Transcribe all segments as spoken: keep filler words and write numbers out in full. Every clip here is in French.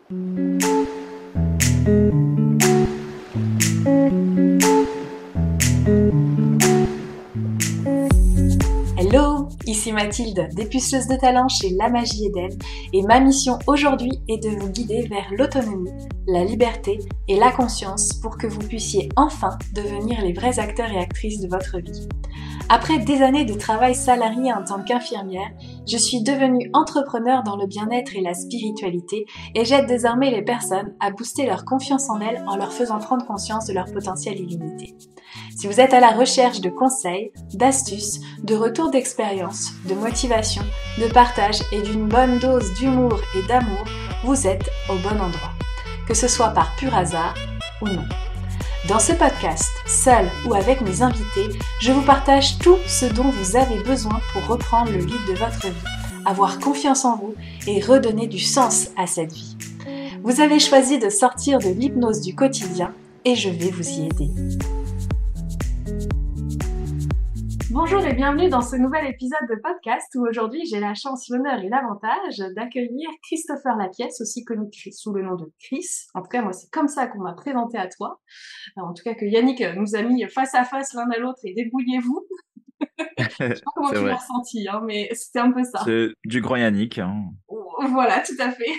Hello, ici Mathilde, dépuceleuse de talent chez La Magie Eden, et ma mission aujourd'hui est de vous guider vers l'autonomie, la liberté et la conscience pour que vous puissiez enfin devenir les vrais acteurs et actrices de votre vie. Après des années de travail salarié en tant qu'infirmière, je suis devenue entrepreneur dans le bien-être et la spiritualité et j'aide désormais les personnes à booster leur confiance en elles en leur faisant prendre conscience de leur potentiel illimité. Si vous êtes à la recherche de conseils, d'astuces, de retours d'expérience, de motivation, de partage et d'une bonne dose d'humour et d'amour, vous êtes au bon endroit, que ce soit par pur hasard ou non. Dans ce podcast, seul ou avec mes invités, je vous partage tout ce dont vous avez besoin pour reprendre le lead de votre vie, avoir confiance en vous et redonner du sens à cette vie. Vous avez choisi de sortir de l'hypnose du quotidien et je vais vous y aider. Bonjour et bienvenue dans ce nouvel épisode de podcast où aujourd'hui j'ai la chance, l'honneur et l'avantage d'accueillir Christopher Lapiesse, aussi connu sous le nom de Chris. En tout cas, moi c'est comme ça qu'on m'a présenté à toi. Alors, en tout cas que Yannick nous a mis face à face l'un à l'autre et débrouillez-vous. Je sais pas comment C'est tu vrai. l'as ressenti, hein, mais c'était un peu ça. C'est du grand Yannick. Hein. Voilà, tout à fait.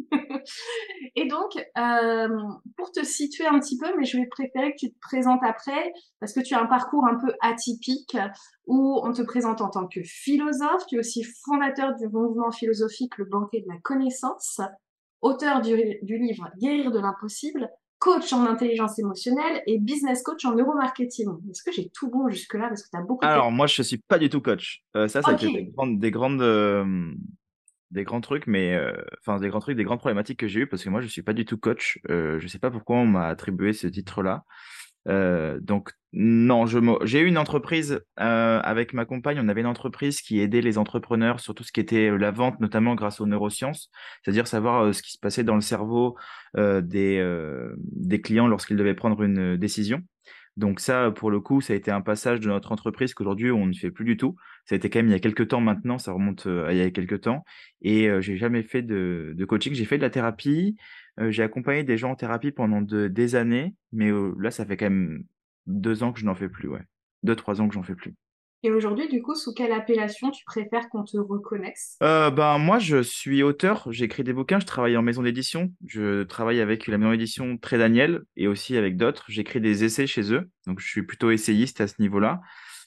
Et donc, euh, pour te situer un petit peu, mais je vais préférer que tu te présentes après, parce que tu as un parcours un peu atypique, où on te présente en tant que philosophe, tu es aussi fondateur du mouvement philosophique Le Banquet de la Connaissance, auteur du, du livre Guérir de l'impossible, coach en intelligence émotionnelle et business coach en neuromarketing. Est-ce que j'ai tout bon jusque-là, parce que tu as beaucoup de... Alors, moi, je suis pas du tout coach. Euh, ça, ça a Ok, été des grandes, des grandes, euh, des grands trucs, mais euh, enfin des grands trucs, des grandes problématiques que j'ai eues parce que moi, je suis pas du tout coach. Euh, je sais pas pourquoi on m'a attribué ce titre-là. Euh, donc non, je m'o- j'ai eu une entreprise euh, avec ma compagne. On avait une entreprise qui aidait les entrepreneurs sur tout ce qui était euh, la vente, notamment grâce aux neurosciences, c'est-à-dire savoir euh, ce qui se passait dans le cerveau euh, des euh, des clients lorsqu'ils devaient prendre une décision. Donc ça, pour le coup, ça a été un passage de notre entreprise qu'aujourd'hui on ne fait plus du tout. Ça a été quand même il y a quelques temps maintenant, ça remonte euh, à il y a quelques temps. Et euh, j'ai jamais fait de, de coaching. J'ai fait de la thérapie. Euh, j'ai accompagné des gens en thérapie pendant de- des années, mais euh, là, ça fait quand même deux ans que je n'en fais plus, ouais. Deux, trois ans que j'en fais plus. et aujourd'hui, du coup, sous quelle appellation tu préfères qu'on te reconnaisse? Euh, ben, moi, je suis auteur, j'écris des bouquins, je travaille en maison d'édition. Je travaille avec la maison d'édition Très Daniel et aussi avec d'autres. J'écris des essais chez eux, donc je suis plutôt essayiste à ce niveau-là.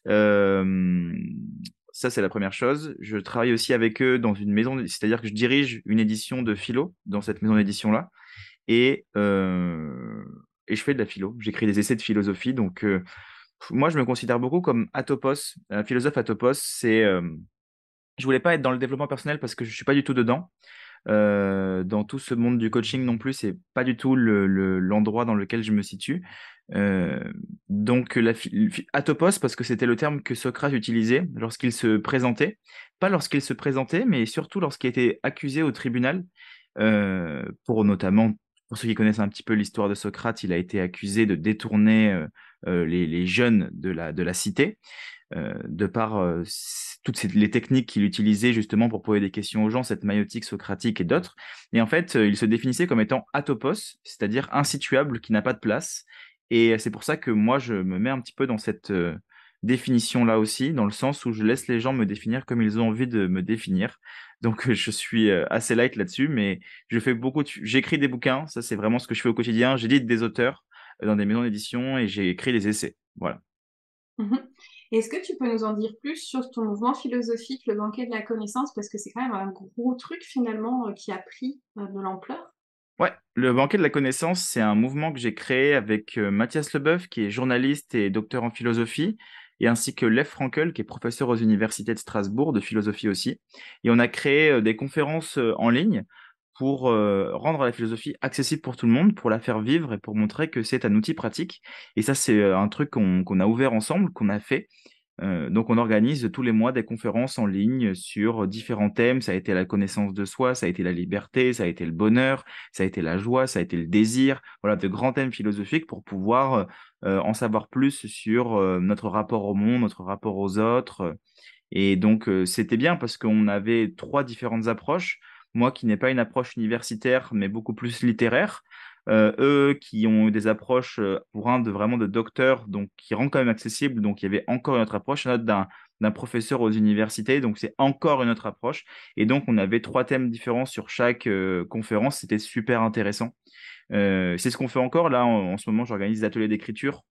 Euh, Ça, c'est la première chose. Je travaille aussi avec eux dans une maison, c'est-à-dire que je dirige une édition de philo dans cette maison d'édition-là. Et, euh, et je fais de la philo. J'écris des essais de philosophie. Donc, euh, moi, je me considère beaucoup comme atopos. Un philosophe atopos, c'est... euh, je voulais pas être dans le développement personnel parce que je suis pas du tout dedans. Euh, dans tout ce monde du coaching non plus, c'est pas du tout le, le- l'endroit dans lequel je me situe. Euh, donc la phi- phi- atopos parce que c'était le terme que Socrate utilisait lorsqu'il se présentait, pas lorsqu'il se présentait, mais surtout lorsqu'il était accusé au tribunal, euh, pour notamment, pour ceux qui connaissent un petit peu l'histoire de Socrate, il a été accusé de détourner euh, euh, les, les jeunes de la, de la cité euh, de par euh, s- toutes ces- les techniques qu'il utilisait justement pour poser des questions aux gens, cette maïotique socratique et d'autres. Et en fait, euh, il se définissait comme étant atopos, c'est-à-dire insituable, qui n'a pas de place. Et c'est pour ça que moi, je me mets un petit peu dans cette euh, définition-là aussi, dans le sens où je laisse les gens me définir comme ils ont envie de me définir. Donc, euh, je suis euh, assez light là-dessus, mais je fais beaucoup de... J'écris des bouquins, ça c'est vraiment ce que je fais au quotidien. J'édite des auteurs euh, dans des maisons d'édition et j'ai écrit des essais. Voilà. Mhm. Est-ce que tu peux nous en dire plus sur ton mouvement philosophique, le banquet de la connaissance, parce que c'est quand même un gros truc finalement euh, qui a pris euh, de l'ampleur. Ouais, le banquet de la connaissance, c'est un mouvement que j'ai créé avec euh, Mathias Leboeuf, qui est journaliste et docteur en philosophie, et ainsi que Lev Frankel, qui est professeur aux universités de Strasbourg, de philosophie aussi. Et on a créé euh, des conférences euh, en ligne pour euh, rendre la philosophie accessible pour tout le monde, pour la faire vivre et pour montrer que c'est un outil pratique. Et ça, c'est euh, un truc qu'on qu'on a ouvert ensemble, qu'on a fait. Euh, donc, on organise tous les mois des conférences en ligne sur différents thèmes. Ça a été la connaissance de soi, ça a été la liberté, ça a été le bonheur, ça a été la joie, ça a été le désir. Voilà, de grands thèmes philosophiques pour pouvoir euh, en savoir plus sur euh, notre rapport au monde, notre rapport aux autres. Et donc, euh, c'était bien parce qu'on avait trois différentes approches. moi qui n'ai pas une approche universitaire, mais beaucoup plus littéraire. Euh, eux qui ont eu des approches euh, pour un de vraiment de docteur, donc qui rend quand même accessible. Donc il y avait encore une autre approche, une autre d'un d'un professeur aux universités, donc c'est encore une autre approche. Et donc on avait trois thèmes différents sur chaque euh, conférence. C'était super intéressant. Euh, c'est ce qu'on fait encore là en, en ce moment. J'organise des ateliers d'écriture.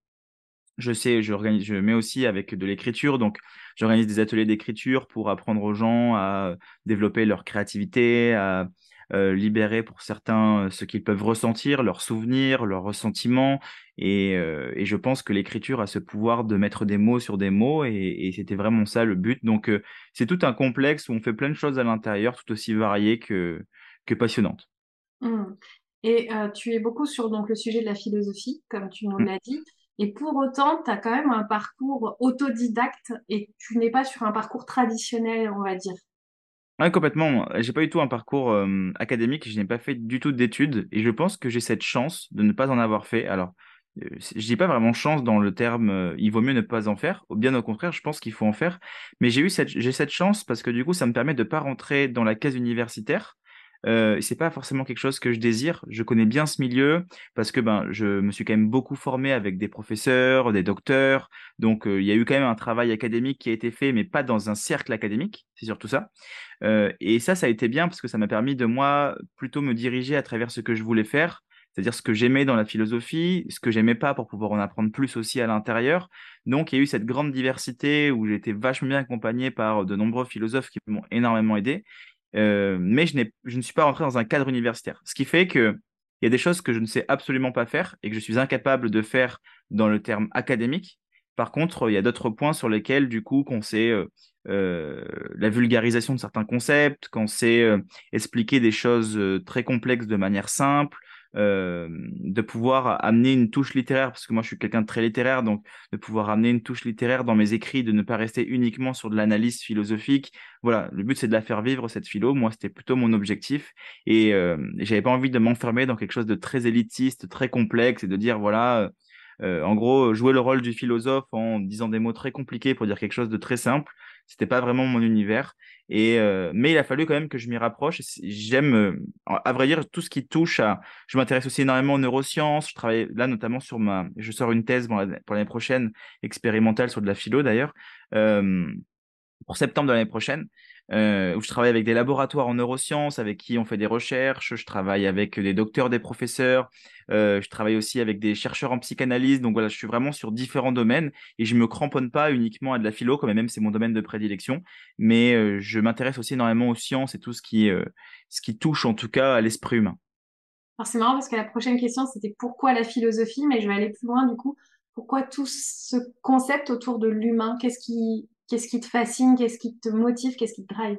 Je sais, j'organise, je mets aussi avec de l'écriture, donc j'organise des ateliers d'écriture pour apprendre aux gens à développer leur créativité, à euh, libérer pour certains euh, ce qu'ils peuvent ressentir, leurs souvenirs, leurs ressentiments. Et, euh, et je pense que l'écriture a ce pouvoir de mettre des mots sur des mots, et, et c'était vraiment ça le but. Donc euh, c'est tout un complexe où on fait plein de choses à l'intérieur, tout aussi variées que, que passionnantes. Hmm. Et euh, tu es beaucoup sur donc, le sujet de la philosophie, comme tu nous l'as dit. Et pour autant, tu as quand même un parcours autodidacte et tu n'es pas sur un parcours traditionnel, on va dire. Ouais, complètement. J'ai pas du tout un parcours euh, académique, je n'ai pas fait du tout d'études et je pense que j'ai cette chance de ne pas en avoir fait. Alors, euh, c'est- je dis pas vraiment chance dans le terme euh, il vaut mieux ne pas en faire, ou bien au contraire, je pense qu'il faut en faire, mais j'ai eu cette j'ai cette chance parce que du coup, ça me permet de pas rentrer dans la case universitaire. Euh, c'est pas forcément quelque chose que je désire. Je connais bien ce milieu parce que ben je me suis quand même beaucoup formé avec des professeurs, des docteurs. Donc euh, il y a eu quand même un travail académique qui a été fait, mais pas dans un cercle académique. C'est surtout ça. Euh, et ça, ça a été bien parce que ça m'a permis de moi plutôt me diriger à travers ce que je voulais faire, c'est-à-dire ce que j'aimais dans la philosophie, ce que j'aimais pas pour pouvoir en apprendre plus aussi à l'intérieur. Donc, il y a eu cette grande diversité où j'ai été vachement bien accompagné par de nombreux philosophes qui m'ont énormément aidé. Euh, mais je n'ai, je ne suis pas rentré dans un cadre universitaire, ce qui fait que il y a des choses que je ne sais absolument pas faire et que je suis incapable de faire dans le terme académique. Par contre, il y a d'autres points sur lesquels, du coup, qu'on sait euh, euh, la vulgarisation de certains concepts, quand c'est euh, expliquer des choses euh, très complexes de manière simple, euh, de pouvoir amener une touche littéraire, parce que moi je suis quelqu'un de très littéraire, donc de pouvoir amener une touche littéraire dans mes écrits, de ne pas rester uniquement sur de l'analyse philosophique. Voilà, le but c'est de la faire vivre, cette philo. Moi, c'était plutôt mon objectif. Et euh, j'avais pas envie de m'enfermer dans quelque chose de très élitiste, très complexe, et de dire, voilà, euh, en gros, jouer le rôle du philosophe en disant des mots très compliqués pour dire quelque chose de très simple. C'était pas vraiment mon univers. Et, euh, mais il a fallu quand même que je m'y rapproche. Et c'est- J'aime, euh, à vrai dire, tout ce qui touche à. Je m'intéresse aussi énormément aux neurosciences. Je travaille là notamment sur ma. Je sors une thèse pour la- pour l'année prochaine, expérimentale sur de la philo d'ailleurs. Euh, pour septembre de l'année prochaine, euh, où je travaille avec des laboratoires en neurosciences, avec qui on fait des recherches. Je travaille avec des docteurs, des professeurs. Euh, je travaille aussi avec des chercheurs en psychanalyse. Donc voilà, je suis vraiment sur différents domaines et je me cramponne pas uniquement à de la philo, quand même c'est mon domaine de prédilection, mais euh, je m'intéresse aussi énormément aux sciences et tout ce qui, euh, ce qui touche en tout cas à l'esprit humain. Alors c'est marrant parce que la prochaine question c'était pourquoi la philosophie, mais je vais aller plus loin du coup. Pourquoi tout ce concept autour de l'humain? Qu'est-ce qui, qu'est-ce qui te fascine? Qu'est-ce qui te motive? Qu'est-ce qui te drive?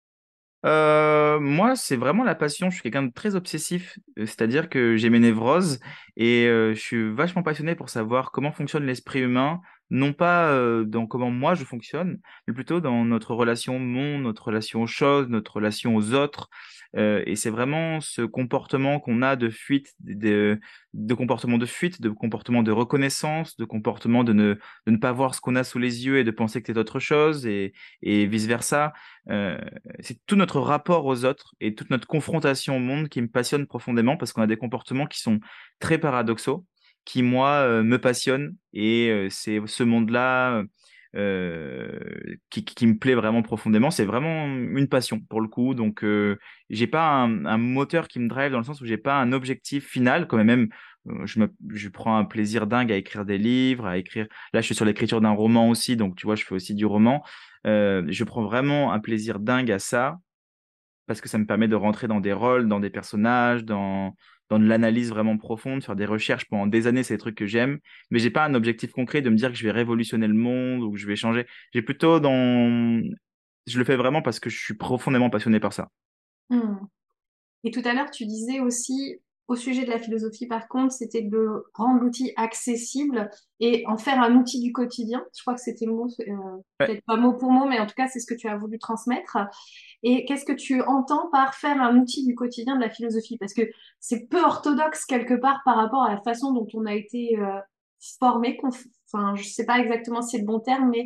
Euh, moi, c'est vraiment la passion. Je suis quelqu'un de très obsessif, euh, c'est-à-dire que j'ai mes névroses et euh, je suis vachement passionné pour savoir comment fonctionne l'esprit humain, non pas euh, dans comment moi je fonctionne, mais plutôt dans notre relation au monde, notre relation aux choses, notre relation aux autres. Euh, et c'est vraiment ce comportement qu'on a de fuite, de, de comportement de fuite, de comportement de reconnaissance, de comportement de ne, de ne pas voir ce qu'on a sous les yeux et de penser que c'est autre chose et, et vice-versa. Euh, c'est tout notre rapport aux autres et toute notre confrontation au monde qui me passionne profondément parce qu'on a des comportements qui sont très paradoxaux, qui moi euh, me passionnent et euh, c'est ce monde-là euh, qui, qui me plaît vraiment profondément. C'est vraiment une passion pour le coup. Donc euh, j'ai pas un, un moteur qui me drive dans le sens où j'ai pas un objectif final, quand même. euh, Je me, je prends un plaisir dingue à écrire des livres, à écrire. Là, je suis sur l'écriture d'un roman aussi, donc tu vois, je fais aussi du roman. Euh, je prends vraiment un plaisir dingue à ça parce que ça me permet de rentrer dans des rôles, dans des personnages, dans, dans de l'analyse vraiment profonde, faire des recherches pendant des années, c'est des trucs que j'aime. Mais j'ai pas un objectif concret de me dire que je vais révolutionner le monde ou que je vais changer. J'ai plutôt dans, je le fais vraiment parce que je suis profondément passionné par ça. Hmm. Et tout à l'heure, tu disais aussi, au sujet de la philosophie, par contre, c'était de rendre l'outil accessible et en faire un outil du quotidien. Je crois que c'était le mot, euh, Ouais. peut-être pas mot pour mot, mais en tout cas, c'est ce que tu as voulu transmettre. Et qu'est-ce que tu entends par faire un outil du quotidien de la philosophie? Parce que c'est peu orthodoxe quelque part par rapport à la façon dont on a été euh, formé. conf- Enfin, je sais pas exactement si c'est le bon terme, mais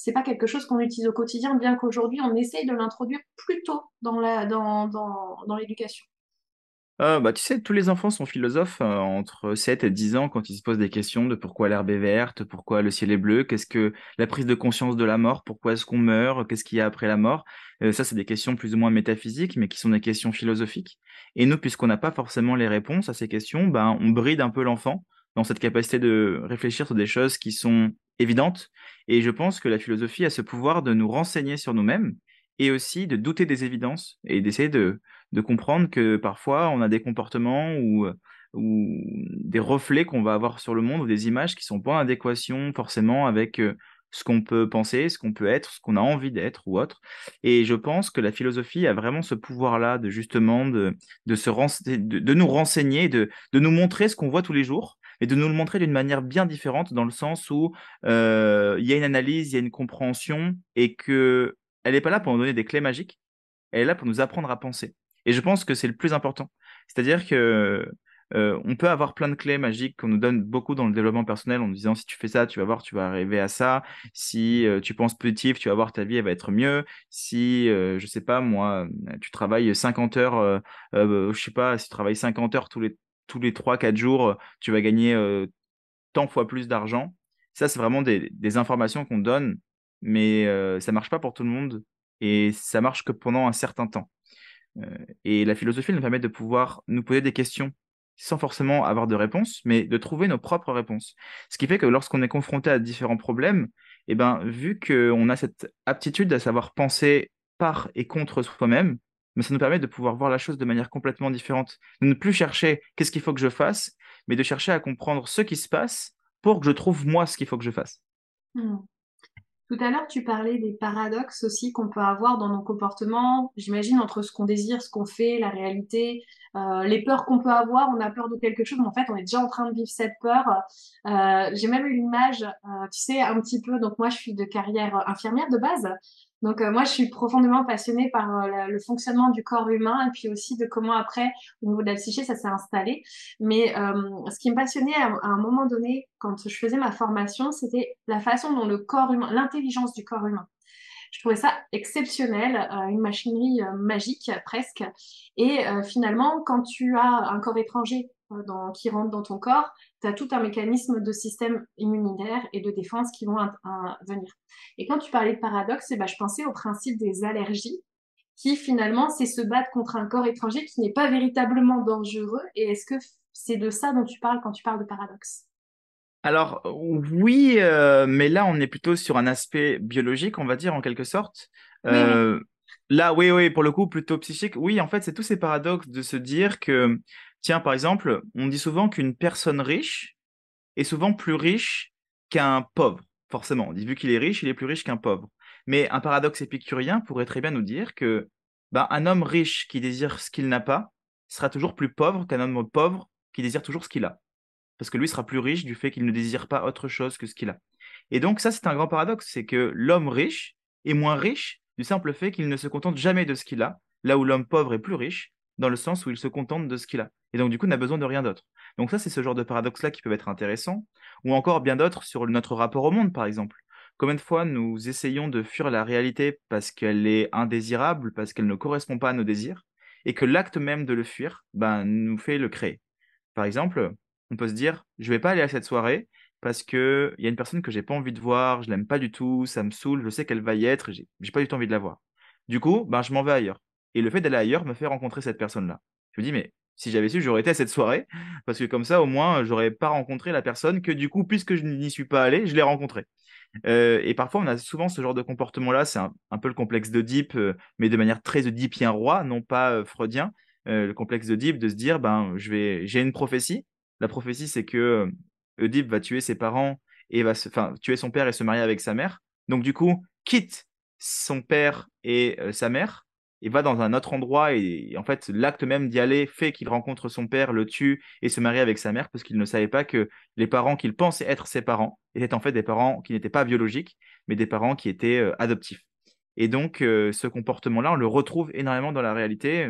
c'est pas quelque chose qu'on utilise au quotidien, bien qu'aujourd'hui on essaye de l'introduire plus tôt dans la, dans, dans, dans l'éducation. Euh, bah, tu sais, tous les enfants sont philosophes euh, entre sept et dix ans quand ils se posent des questions de pourquoi l'herbe est verte, pourquoi le ciel est bleu, qu'est-ce que la prise de conscience de la mort, pourquoi est-ce qu'on meurt, qu'est-ce qu'il y a après la mort. Euh, ça, c'est des questions plus ou moins métaphysiques, mais qui sont des questions philosophiques. Et nous, puisqu'on n'a pas forcément les réponses à ces questions, ben, on bride un peu l'enfant dans cette capacité de réfléchir sur des choses qui sont évidentes. Et je pense que la philosophie a ce pouvoir de nous renseigner sur nous-mêmes et aussi de douter des évidences et d'essayer de de comprendre que parfois on a des comportements ou, ou des reflets qu'on va avoir sur le monde ou des images qui sont pas en adéquation forcément avec euh, ce qu'on peut penser, ce qu'on peut être, ce qu'on a envie d'être ou autre. Et je pense que la philosophie a vraiment ce pouvoir-là de justement de, de, se rense- de, de nous renseigner, de, de nous montrer ce qu'on voit tous les jours, et de nous le montrer d'une manière bien différente dans le sens où euh, il y a une analyse, il y a une compréhension, et que elle n'est pas là pour nous donner des clés magiques, elle est là pour nous apprendre à penser. Et je pense que c'est le plus important. C'est-à-dire que euh, on peut avoir plein de clés magiques qu'on nous donne beaucoup dans le développement personnel en nous disant si tu fais ça, tu vas voir, tu vas arriver à ça. Si euh, tu penses positif, tu vas voir, ta vie elle va être mieux. Si, euh, je sais pas, moi, tu travailles cinquante heures, euh, euh, je sais pas, si tu travailles cinquante heures tous les, tous les trois quatre jours, euh, tu vas gagner euh, tant fois plus d'argent. Ça, c'est vraiment des, des informations qu'on donne, mais euh, ça marche pas pour tout le monde et ça marche que pendant un certain temps. Euh, et la philosophie nous permet de pouvoir nous poser des questions sans forcément avoir de réponse, mais de trouver nos propres réponses. Ce qui fait que lorsqu'on est confronté à différents problèmes, eh ben, vu qu'on a cette aptitude à savoir penser par et contre soi-même, mais ça nous permet de pouvoir voir la chose de manière complètement différente. De ne plus chercher qu'est-ce qu'il faut que je fasse, mais de chercher à comprendre ce qui se passe pour que je trouve moi ce qu'il faut que je fasse. Hmm. Tout à l'heure, tu parlais des paradoxes aussi qu'on peut avoir dans nos comportements, j'imagine, entre ce qu'on désire, ce qu'on fait, la réalité, euh, les peurs qu'on peut avoir. On a peur de quelque chose, mais en fait, on est déjà en train de vivre cette peur. Euh, j'ai même eu l'image, euh, tu sais, un petit peu, donc moi, je suis de carrière infirmière de base. Donc euh, moi, je suis profondément passionnée par euh, la- le fonctionnement du corps humain et puis aussi de comment après, au niveau de la psyché, ça s'est installé. Mais euh, ce qui me passionnait à, à un moment donné, quand je faisais ma formation, c'était la façon dont le corps humain, l'intelligence du corps humain. Je trouvais ça exceptionnel, euh, une machinerie euh, magique presque. Et euh, finalement, quand tu as un corps étranger euh, dans- qui rentre dans ton corps, tu as tout un mécanisme de système immunitaire et de défense qui vont in- in- venir. Et quand tu parlais de paradoxe, eh ben, je pensais au principe des allergies qui finalement, c'est se battre contre un corps étranger qui n'est pas véritablement dangereux. Et est-ce que c'est de ça dont tu parles quand tu parles de paradoxe? Alors oui, euh, mais là on est plutôt sur un aspect biologique, on va dire en quelque sorte. Oui, oui. Euh, Là, oui, oui, pour le coup plutôt psychique. Oui, en fait, c'est tous ces paradoxes de se dire que, tiens, par exemple, on dit souvent qu'une personne riche est souvent plus riche qu'un pauvre. Forcément, on dit vu qu'il est riche, il est plus riche qu'un pauvre. Mais un paradoxe épicurien pourrait très bien nous dire que, ben, un homme riche qui désire ce qu'il n'a pas sera toujours plus pauvre qu'un homme pauvre qui désire toujours ce qu'il a parce que lui sera plus riche du fait qu'il ne désire pas autre chose que ce qu'il a. Et donc ça, c'est un grand paradoxe, c'est que l'homme riche est moins riche du simple fait qu'il ne se contente jamais de ce qu'il a, là où l'homme pauvre est plus riche, dans le sens où il se contente de ce qu'il a. Et donc du coup, n'a besoin de rien d'autre. Donc ça, c'est ce genre de paradoxe-là qui peuvent être intéressants, ou encore bien d'autres sur notre rapport au monde, par exemple. Combien de fois nous essayons de fuir la réalité parce qu'elle est indésirable, parce qu'elle ne correspond pas à nos désirs, et que l'acte même de le fuir, ben, nous fait le créer. Par exemple, on peut se dire, je vais pas aller à cette soirée parce que il y a une personne que j'ai pas envie de voir, je l'aime pas du tout, ça me saoule, je sais qu'elle va y être, et j'ai j'ai pas du tout envie de la voir. Du coup, ben je m'en vais ailleurs. Et le fait d'aller ailleurs me fait rencontrer cette personne-là. Je me dis, mais si j'avais su, j'aurais été à cette soirée, parce que comme ça, au moins, j'aurais pas rencontré la personne que du coup, puisque je n'y suis pas allé, je l'ai rencontrée. Euh, et parfois, on a souvent ce genre de comportement-là. C'est un, un peu le complexe d'Oedipe, euh, mais de manière très oedipien roi, non pas euh, freudien. Euh, le complexe d'Oedipe de se dire, ben, je vais, j'ai une prophétie. La prophétie, c'est que euh, Oedipe va tuer ses parents et va se, enfin, tuer son père et se marier avec sa mère. Donc, du coup, quitte son père et euh, sa mère et va dans un autre endroit. Et, et en fait, l'acte même d'y aller fait qu'il rencontre son père, le tue et se marie avec sa mère parce qu'il ne savait pas que les parents qu'il pensait être ses parents étaient en fait des parents qui n'étaient pas biologiques, mais des parents qui étaient euh, adoptifs. Et donc, euh, ce comportement-là, on le retrouve énormément dans la réalité.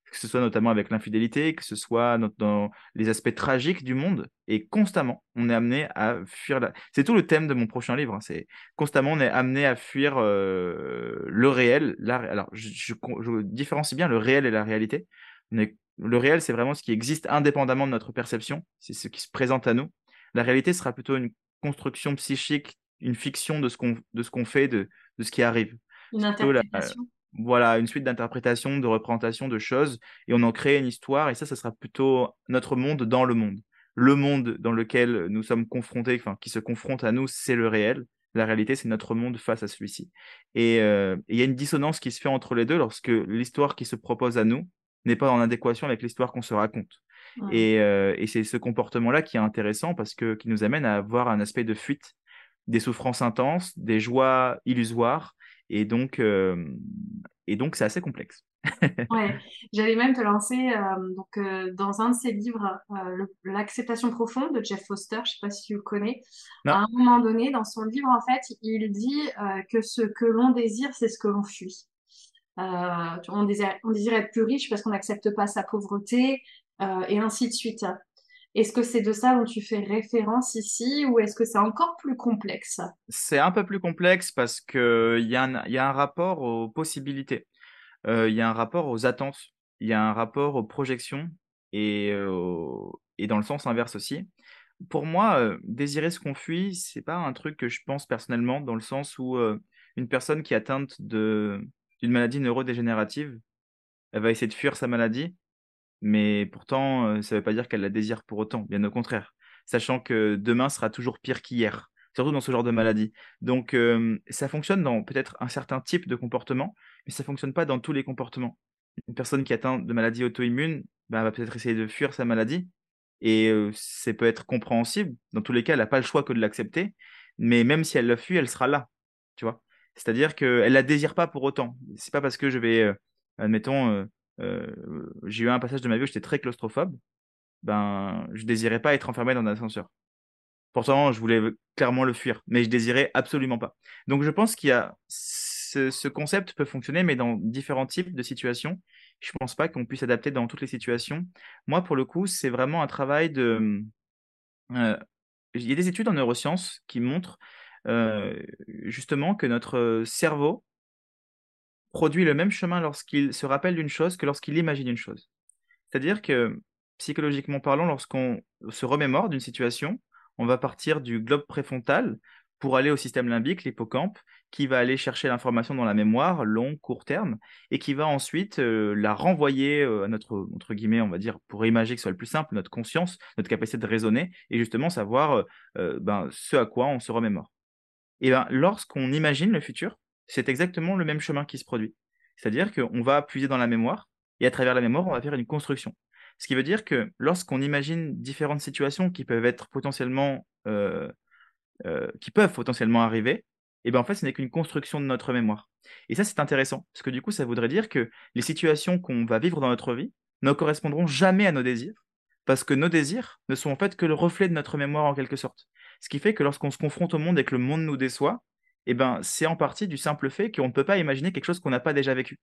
que ce soit notamment avec l'infidélité, que ce soit not- dans les aspects tragiques du monde. Et constamment, on est amené à fuir la... C'est tout le thème de mon prochain livre. Hein. C'est constamment, on est amené à fuir euh, le réel. La... Alors, je, je- je différencie bien le réel et la réalité. On est- Le réel, c'est vraiment ce qui existe indépendamment de notre perception. C'est ce qui se présente à nous. La réalité sera plutôt une construction psychique, une fiction de ce qu'on de ce qu'on fait, de, de ce qui arrive. Une C'est plutôt la, interprétation. voilà, une suite d'interprétations, de représentations de choses, et on en crée une histoire, et ça, ça sera plutôt notre monde dans le monde. Le monde dans lequel nous sommes confrontés, enfin, qui se confronte à nous, c'est le réel. La réalité, c'est notre monde face à celui-ci. Et euh, et il y a une dissonance qui se fait entre les deux lorsque l'histoire qui se propose à nous n'est pas en adéquation avec l'histoire qu'on se raconte. Mm. Et, euh, et c'est ce comportement-là qui est intéressant parce que qui nous amène à avoir un aspect de fuite, des souffrances intenses, des joies illusoires, et donc, euh, et donc c'est assez complexe. Ouais, j'allais même te lancer euh, donc euh, dans un de ses livres, euh, le- L'acceptation profonde de Jeff Foster, je sais pas si tu le connais. À Non, un moment donné, dans son livre, en fait, il dit euh, que ce que l'on désire, c'est ce que l'on fuit. Euh, on désire, on désire être plus riche parce qu'on n'accepte pas sa pauvreté, euh, et ainsi de suite. Est-ce que c'est de ça dont tu fais référence ici, ou est-ce que c'est encore plus complexe? c'est un peu plus complexe parce qu'il y a un, il y a un rapport aux possibilités. Euh, il y a un rapport aux attentes, il y a un rapport aux projections et, euh, au- et dans le sens inverse aussi. Pour moi, euh, désirer ce qu'on fuit, c'est pas un truc que je pense personnellement, dans le sens où euh, une personne qui est atteinte de, d'une maladie neurodégénérative, elle va essayer de fuir sa maladie, mais pourtant, euh, ça ne veut pas dire qu'elle la désire pour autant, bien au contraire, sachant que demain sera toujours pire qu'hier, surtout dans ce genre de maladie. Donc, euh, ça fonctionne dans peut-être un certain type de comportement, mais ça fonctionne pas dans tous les comportements. Une personne qui est atteinte de maladie auto-immune bah, va peut-être essayer de fuir sa maladie, et euh, ça peut être compréhensible. Dans tous les cas, elle n'a pas le choix que de l'accepter, mais même si elle la fuit, elle sera là, tu vois. C'est-à-dire qu'elle la désire pas pour autant. C'est pas parce que je vais, euh, admettons, euh, euh, j'ai eu un passage de ma vie où j'étais très claustrophobe, ben, je désirais pas être enfermé dans un ascenseur. Pourtant, je voulais clairement le fuir, mais je désirais absolument pas. Donc, je pense qu'il y a ce, ce concept peut fonctionner, mais dans différents types de situations. Je pense pas qu'on puisse adapter dans toutes les situations. Moi, pour le coup, c'est vraiment un travail de. euh, il y a des études en neurosciences qui montrent euh, justement que notre cerveau produit le même chemin lorsqu'il se rappelle d'une chose que lorsqu'il imagine une chose. C'est-à-dire que, psychologiquement parlant, lorsqu'on se remémore d'une situation, on va partir du globe préfrontal pour aller au système limbique, l'hippocampe, qui va aller chercher l'information dans la mémoire, long, court terme, et qui va ensuite euh, la renvoyer euh, à notre, entre guillemets, on va dire, pour imager que ce soit le plus simple, notre conscience, notre capacité de raisonner, et justement savoir euh, euh, ben, ce à quoi on se remémore. Et ben, lorsqu'on imagine le futur, c'est exactement le même chemin qui se produit. C'est-à-dire qu'on va puiser dans la mémoire, et à travers la mémoire, on va faire une construction. Ce qui veut dire que lorsqu'on imagine différentes situations qui peuvent être potentiellement, euh, euh, qui peuvent potentiellement arriver, et ben en fait, ce n'est qu'une construction de notre mémoire. Et ça, c'est intéressant, parce que du coup, ça voudrait dire que les situations qu'on va vivre dans notre vie ne correspondront jamais à nos désirs, parce que nos désirs ne sont en fait que le reflet de notre mémoire en quelque sorte. Ce qui fait que lorsqu'on se confronte au monde et que le monde nous déçoit, et ben c'est en partie du simple fait qu'on ne peut pas imaginer quelque chose qu'on n'a pas déjà vécu.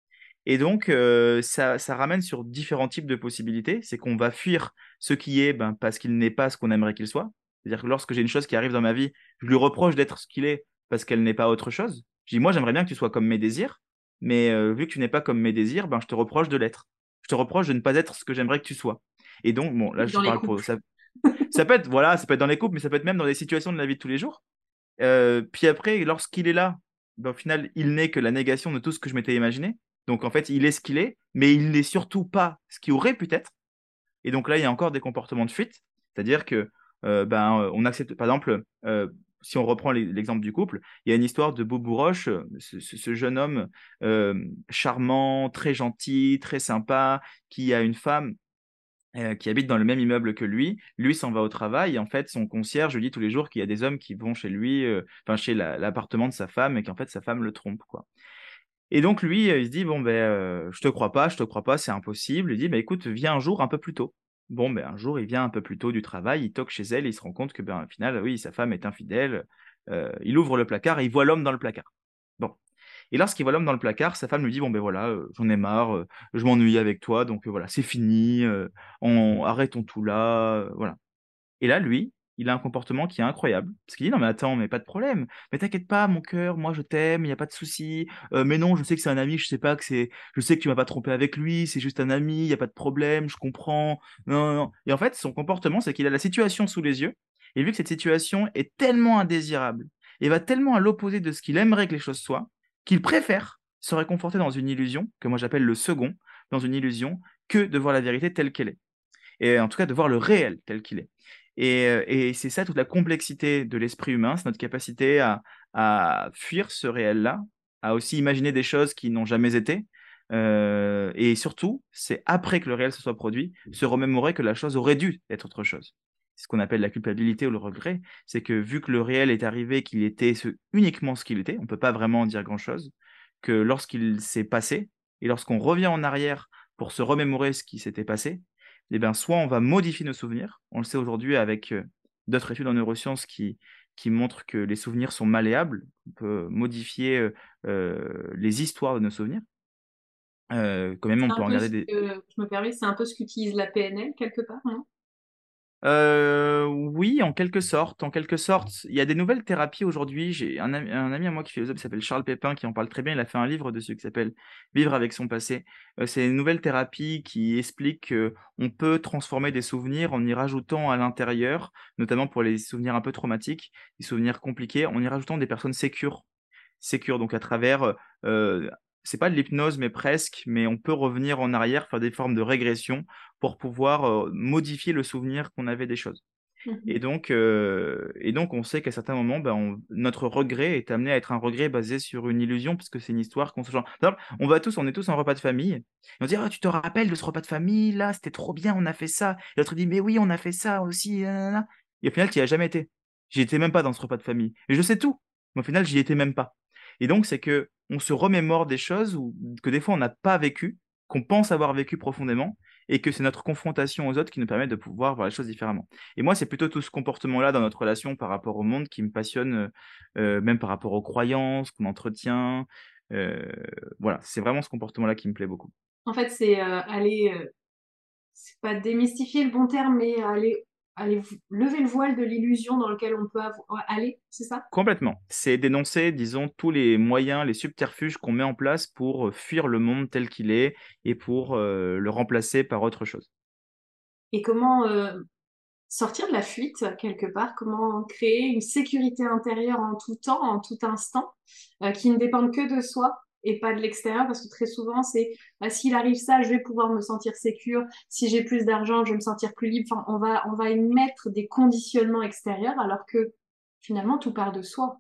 Et donc, euh, ça, ça ramène sur différents types de possibilités. C'est qu'on va fuir ce qui est ben, parce qu'il n'est pas ce qu'on aimerait qu'il soit. C'est-à-dire que lorsque j'ai une chose qui arrive dans ma vie, je lui reproche d'être ce qu'il est parce qu'elle n'est pas autre chose. Je dis, moi, j'aimerais bien que tu sois comme mes désirs, mais euh, vu que tu n'es pas comme mes désirs, ben, je te reproche de l'être. Je te reproche de ne pas être ce que j'aimerais que tu sois. Et donc, bon, là, Dans je les parle pour couples. ça. Ça peut être, voilà, ça peut être dans les couples, mais ça peut être même dans des situations de la vie de tous les jours. Euh, puis après, lorsqu'il est là, ben, au final, il n'est que la négation de tout ce que je m'étais imaginé. Donc en fait, il est ce qu'il est, mais il n'est surtout pas ce qu'il aurait pu être. Et donc là, il y a encore des comportements de fuite. C'est-à-dire que euh, ben, euh, on accepte, par exemple, euh, si on reprend l'e- l'exemple du couple, il y a une histoire de Boubou Roche, euh, ce, ce- ce jeune homme euh, charmant, très gentil, très sympa, qui a une femme euh, qui habite dans le même immeuble que lui. Lui s'en va au travail et en fait, son concierge lui dit tous les jours qu'il y a des hommes qui vont chez lui, euh, enfin chez la- l'appartement de sa femme et qu'en fait sa femme le trompe, quoi. Et donc lui, euh, il se dit bon ben, euh, je te crois pas, je te crois pas, c'est impossible. Il dit bah écoute, viens un jour un peu plus tôt. Bon ben un jour, il vient un peu plus tôt du travail, il toque chez elle, et il se rend compte que ben au final, oui, sa femme est infidèle. Euh, il ouvre le placard et il voit l'homme dans le placard. Bon. Et lorsqu'il voit l'homme dans le placard, sa femme lui dit, bon ben voilà, euh, j'en ai marre, euh, je m'ennuie avec toi, donc euh, voilà, c'est fini, euh, on, arrêtons tout là, euh, voilà. Et là, lui, il a un comportement qui est incroyable. Parce qu'il dit, non, mais attends, mais pas de problème. Mais t'inquiète pas, mon cœur, moi je t'aime, il n'y a pas de souci. Euh, mais non, je sais que c'est un ami, je sais pas que c'est. Je sais que tu m'as pas trompé avec lui, c'est juste un ami, il n'y a pas de problème, je comprends. Non, non, non. Et en fait, son comportement, c'est qu'il a la situation sous les yeux. Et vu que cette situation est tellement indésirable et va tellement à l'opposé de ce qu'il aimerait que les choses soient, qu'il préfère se réconforter dans une illusion, que moi j'appelle le second, dans une illusion, que de voir la vérité telle qu'elle est et en tout cas de voir le réel tel qu'il est. Et, euh, et c'est ça toute la complexité de l'esprit humain, c'est notre capacité à, à fuir ce réel-là, à aussi imaginer des choses qui n'ont jamais été. Euh, et surtout, c'est après que le réel se soit produit, se remémorer que la chose aurait dû être autre chose. C'est ce qu'on appelle la culpabilité ou le regret. C'est que vu que le réel est arrivé, qu'il était ce- uniquement ce qu'il était, on ne peut pas vraiment en dire grand-chose, que lorsqu'il s'est passé, et lorsqu'on revient en arrière pour se remémorer ce qui s'était passé, eh bien, soit on va modifier nos souvenirs. On le sait aujourd'hui avec euh, d'autres études en neurosciences qui, qui montrent que les souvenirs sont malléables. On peut modifier euh, euh, les histoires de nos souvenirs. Euh, quand même, C'est on un peut en peu garder ce des, que, je me permets, c'est un peu ce qu'utilise la P N L quelque part, non? Euh, oui, en quelque sorte. En quelque sorte, il y a des nouvelles thérapies aujourd'hui. J'ai un ami, un ami à moi qui est philosophe qui s'appelle Charles Pépin qui en parle très bien. Il a fait un livre dessus qui s'appelle Vivre avec son passé. Euh, c'est une nouvelle thérapie qui explique qu'on peut transformer des souvenirs en y rajoutant à l'intérieur, notamment pour les souvenirs un peu traumatiques, des souvenirs compliqués, en y rajoutant des personnes sécures sécure. Donc à travers, euh, c'est pas de l'hypnose, mais presque, mais on peut revenir en arrière, faire des formes de régression pour pouvoir euh, modifier le souvenir qu'on avait des choses. Et Mhm. donc, euh, et donc, on sait qu'à certains moments, ben, on- notre regret est amené à être un regret basé sur une illusion, puisque c'est une histoire qu'on se genre. Par exemple, on va tous, on est tous en repas de famille, et on dit, ah, tu te rappelles de ce repas de famille, là, c'était trop bien, on a fait ça. Et l'autre dit, mais oui, on a fait ça aussi. Nanana. Et au final, tu n'y as jamais été. J'y étais même pas dans ce repas de famille. Et je sais tout, mais au final, j'y étais même pas. Et donc, c'est que on se remémore des choses ou, que des fois, on n'a pas vécu, qu'on pense avoir vécu profondément, et que c'est notre confrontation aux autres qui nous permet de pouvoir voir les choses différemment. Et moi, c'est plutôt tout ce comportement-là dans notre relation par rapport au monde qui me passionne, euh, euh, même par rapport aux croyances qu'on entretient. Euh, voilà, c'est vraiment ce comportement-là qui me plaît beaucoup. En fait, c'est euh, aller, euh, c'est pas démystifier le bon terme, mais aller, aller v- lever le voile de l'illusion dans lequel on peut avo- aller, c'est ça? Complètement. C'est dénoncer, disons, tous les moyens, les subterfuges qu'on met en place pour euh, fuir le monde tel qu'il est et pour euh, le remplacer par autre chose. Et comment euh, sortir de la fuite quelque part, comment créer une sécurité intérieure en tout temps, en tout instant, euh, qui ne dépende que de soi et pas de l'extérieur, parce que très souvent c'est ah, s'il arrive ça, je vais pouvoir me sentir sécure, si j'ai plus d'argent, je vais me sentir plus libre. Enfin, on va on va y mettre des conditionnements extérieurs alors que finalement tout part de soi.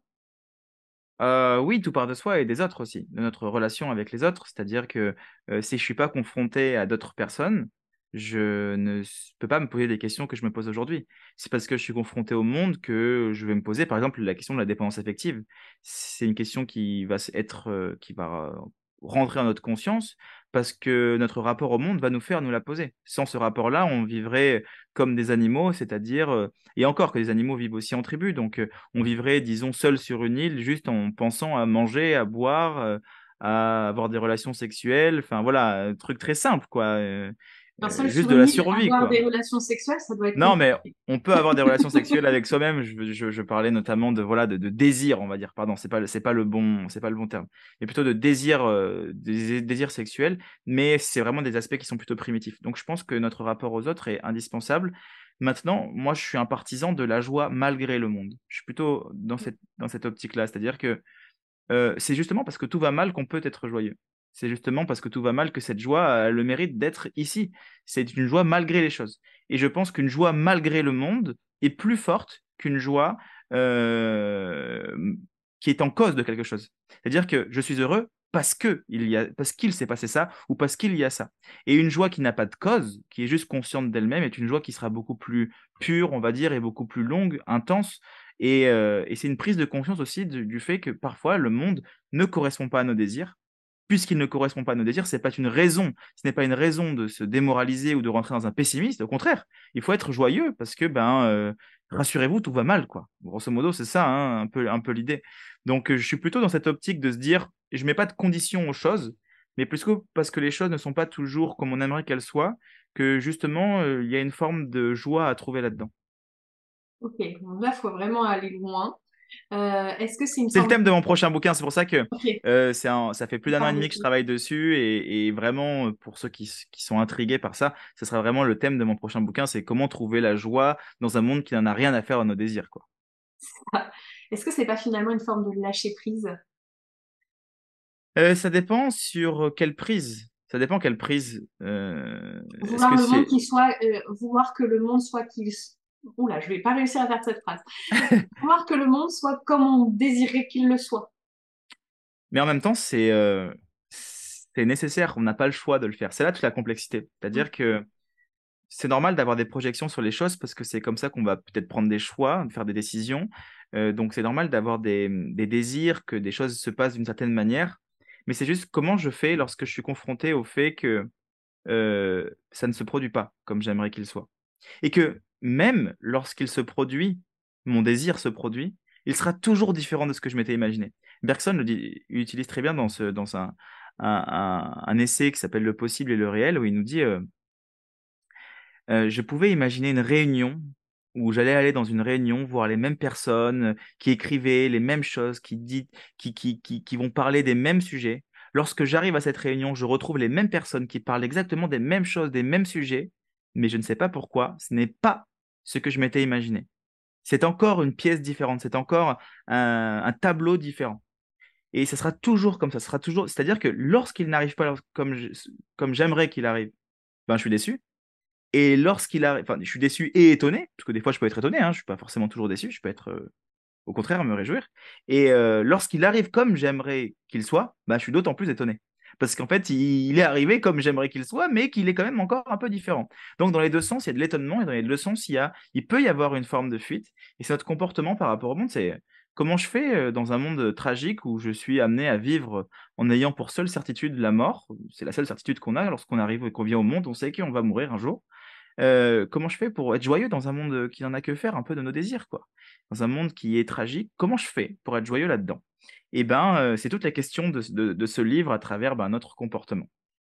Euh, oui, tout part de soi et des autres aussi, de notre relation avec les autres. C'est-à-dire que euh, si je suis pas confronté à d'autres personnes, je ne s- peux pas me poser des questions que je me pose aujourd'hui. C'est parce que je suis confronté au monde que je vais me poser, par exemple, la question de la dépendance affective. C'est une question qui va s- être, euh, qui va euh, rentrer en notre conscience parce que notre rapport au monde va nous faire nous la poser. Sans ce rapport-là, on vivrait comme des animaux, c'est-à-dire, euh, et encore que les animaux vivent aussi en tribu, donc euh, on vivrait, disons, seul sur une île, juste en pensant à manger, à boire, euh, à avoir des relations sexuelles. Enfin, voilà, un truc très simple, quoi. Euh, Un euh, seul juste sur de une la île, survie, avoir quoi. des relations sexuelles, ça doit être Non, mais compliqué. on peut avoir des relations sexuelles avec soi-même. Je, je, je parlais notamment de voilà de, de désir, on va dire. Pardon, c'est pas le- c'est pas le bon c'est pas le bon terme. Mais plutôt de désir euh, dés- désir sexuel. Mais c'est vraiment des aspects qui sont plutôt primitifs. Donc je pense que notre rapport aux autres est indispensable. Maintenant, moi, je suis un partisan de la joie malgré le monde. Je suis plutôt dans cette dans cette optique-là, c'est-à-dire que euh, c'est justement parce que tout va mal qu'on peut être joyeux. C'est justement parce que tout va mal que cette joie a le mérite d'être ici. C'est une joie malgré les choses. Et je pense qu'une joie malgré le monde est plus forte qu'une joie euh, qui est en cause de quelque chose. C'est-à-dire que je suis heureux parce que il y a, parce qu'il s'est passé ça ou parce qu'il y a ça. Et une joie qui n'a pas de cause, qui est juste consciente d'elle-même, est une joie qui sera beaucoup plus pure, on va dire, et beaucoup plus longue, intense, et, euh, et c'est une prise de conscience aussi du, du fait que parfois le monde ne correspond pas à nos désirs. Puisqu'il ne correspond pas à nos désirs, c'est pas une raison, ce n'est pas une raison de se démoraliser ou de rentrer dans un pessimisme. Au contraire, il faut être joyeux parce que, ben, euh, rassurez-vous, tout va mal, quoi. Grosso modo, c'est ça, hein, un peu, un peu l'idée. Donc, euh, je suis plutôt dans cette optique de se dire, je mets pas de conditions aux choses, mais plus que parce que les choses ne sont pas toujours comme on aimerait qu'elles soient, que justement, euh, il y a une forme de joie à trouver là-dedans. Ok, donc là, il faut vraiment aller loin. Euh, est-ce que c'est une C'est le forme... thème de mon prochain bouquin, c'est pour ça que Ok, euh, c'est un- ça fait plus une d'un an et forme demi de... que je travaille dessus et, et vraiment, euh, pour ceux qui, s- qui sont intrigués par ça, ce sera vraiment le thème de mon prochain bouquin, c'est comment trouver la joie dans un monde qui n'en a rien à faire à nos désirs, quoi. Est-ce que c'est pas finalement une forme de lâcher prise? Euh, ça dépend sur quelle prise. Ça dépend quelle prise. Euh, est-ce Vouloir que le monde c'est... qui soit... euh, vouloir que le monde soit qu'il... Oula, je vais pas réussir à faire cette phrase. Vouloir que le monde soit comme on désirait qu'il le soit. Mais en même temps, c'est euh, c'est nécessaire. On n'a pas le choix de le faire. C'est là toute la complexité. Mm. C'est-à-dire que c'est normal d'avoir des projections sur les choses parce que c'est comme ça qu'on va peut-être prendre des choix, faire des décisions. Euh, donc c'est normal d'avoir des, des désirs, que des choses se passent d'une certaine manière. Mais c'est juste comment je fais lorsque je suis confronté au fait que euh, ça ne se produit pas comme j'aimerais qu'il soit. Et que même lorsqu'il se produit, mon désir se produit, il sera toujours différent de ce que je m'étais imaginé. Bergson le dit, il utilise très bien dans, ce, dans un, un, un- un essai qui s'appelle Le possible et le réel, où il nous dit euh, euh, je pouvais imaginer une réunion où j'allais aller dans une réunion, voir les mêmes personnes euh, qui écrivaient les mêmes choses, qui, dit, qui, qui, qui, qui vont parler des mêmes sujets. Lorsque j'arrive à cette réunion, je retrouve les mêmes personnes qui parlent exactement des mêmes choses, des mêmes sujets, mais je ne sais pas pourquoi, ce n'est pas ce que je m'étais imaginé. C'est encore une pièce différente, c'est encore un, un tableau différent. Et ça sera toujours comme ça, ça sera toujours. C'est-à-dire que lorsqu'il n'arrive pas comme je- comme j'aimerais qu'il arrive, ben je suis déçu. Et lorsqu'il arrive, enfin, je suis déçu et étonné, parce que des fois je peux être étonné, hein, je suis pas forcément toujours déçu, je peux être euh, au contraire me réjouir. Et euh, lorsqu'il arrive comme j'aimerais qu'il soit, bah, je suis d'autant plus étonné. Parce qu'en fait, il, il est arrivé comme j'aimerais qu'il soit, mais qu'il est quand même encore un peu différent. Donc, dans les deux sens, il y a de l'étonnement, et dans les deux sens, il y a, il peut y avoir une forme de fuite. Et c'est notre comportement par rapport au monde, c'est comment je fais euh, dans un monde tragique où je suis amené à vivre en ayant pour seule certitude la mort. C'est la seule certitude qu'on a lorsqu'on arrive et qu'on vient au monde, on sait qu'on va mourir un jour. Euh, comment je fais pour être joyeux dans un monde qui n'en a que faire un peu de nos désirs, quoi? Dans un monde qui est tragique, comment je fais pour être joyeux là-dedans? Eh ben, euh, c'est toute la question de, de- de ce livre à travers ben, notre comportement.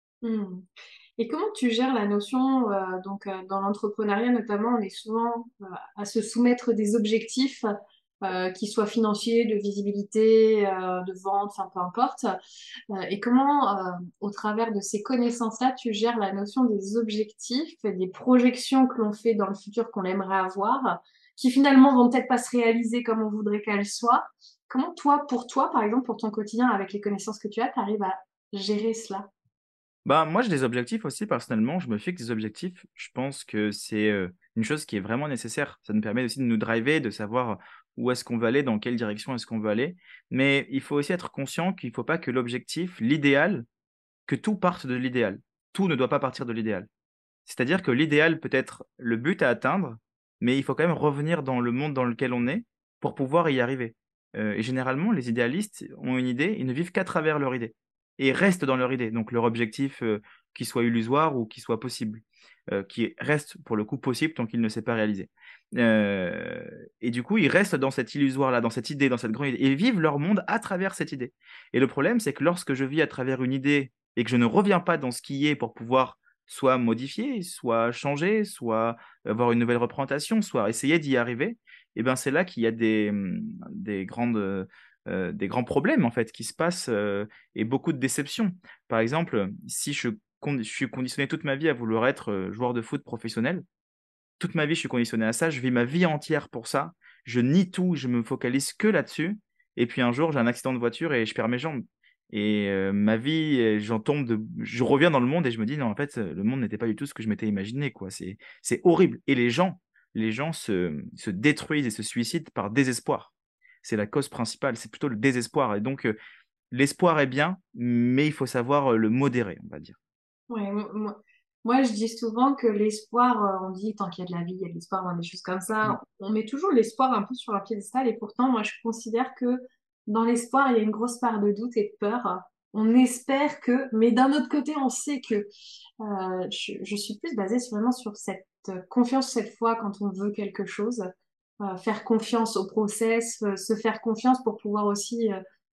Mm. Et comment tu gères la notion, euh, donc euh, dans l'entrepreneuriat notamment, on est souvent euh, à se soumettre des objectifs, euh, qui soient financiers, de visibilité, euh, de vente, enfin peu importe. Euh, et comment, euh, au travers de ces connaissances-là, tu gères la notion des objectifs, et des projections que l'on fait dans le futur qu'on aimerait avoir, qui finalement vont peut-être pas se réaliser comme on voudrait qu'elles soient. Comment toi, pour toi, par exemple, pour ton quotidien, avec les connaissances que tu as, tu arrives à gérer cela? Bah, moi, j'ai des objectifs aussi, personnellement. Je me fixe des objectifs. Je pense que c'est euh, une chose qui est vraiment nécessaire. Ça nous permet aussi de nous driver, de savoir où est-ce qu'on va aller, dans quelle direction est-ce qu'on va aller. Mais il faut aussi être conscient qu'il ne faut pas que l'objectif, l'idéal, que tout parte de l'idéal. Tout ne doit pas partir de l'idéal. C'est-à-dire que l'idéal peut être le but à atteindre, mais il faut quand même revenir dans le monde dans lequel on est pour pouvoir y arriver. Euh, et généralement, les idéalistes ont une idée, ils ne vivent qu'à travers leur idée et restent dans leur idée, donc leur objectif, euh, qui soit illusoire ou qui soit possible, euh, qui reste pour le coup possible tant qu'il ne s'est pas réalisé. Euh, et du coup, ils restent dans cette illusoire-là, dans cette idée, dans cette grande idée, et vivent leur monde à travers cette idée. Et le problème, c'est que lorsque je vis à travers une idée et que je ne reviens pas dans ce qui est pour pouvoir soit modifier, soit changer, soit avoir une nouvelle représentation, soit essayer d'y arriver, et ben c'est là qu'il y a des, hum, des grandes, euh, des grands problèmes en fait qui se passent, euh, et beaucoup de déceptions. Par exemple, si je, con- je suis conditionné toute ma vie à vouloir être euh, joueur de foot professionnel, toute ma vie je suis conditionné à ça, je vis ma vie entière pour ça, je nie tout, je me focalise que là-dessus, et puis un jour j'ai un accident de voiture et je perds mes jambes. Et euh, ma vie, euh, j'en tombe de, je reviens dans le monde et je me dis non, en fait, euh, le monde n'était pas du tout ce que je m'étais imaginé, quoi. C'est, c'est horrible. Et les gens, les gens se, se détruisent et se suicident par désespoir. C'est la cause principale, c'est plutôt le désespoir. Et donc, euh, l'espoir est bien, mais il faut savoir euh, le modérer, on va dire. Ouais, mo- mo- moi, je dis souvent que l'espoir, euh, on dit tant qu'il y a de la vie, il y a de l'espoir, dans des choses comme Mm. ça. On met toujours l'espoir un peu sur un piédestal et pourtant, moi, je considère que dans l'espoir, il y a une grosse part de doute et de peur. On espère que, mais d'un autre côté, on sait que euh, je, je suis plus basée sur- vraiment sur cette euh, confiance cette fois quand on veut quelque chose, euh, faire confiance au process, euh, se faire confiance pour pouvoir aussi euh,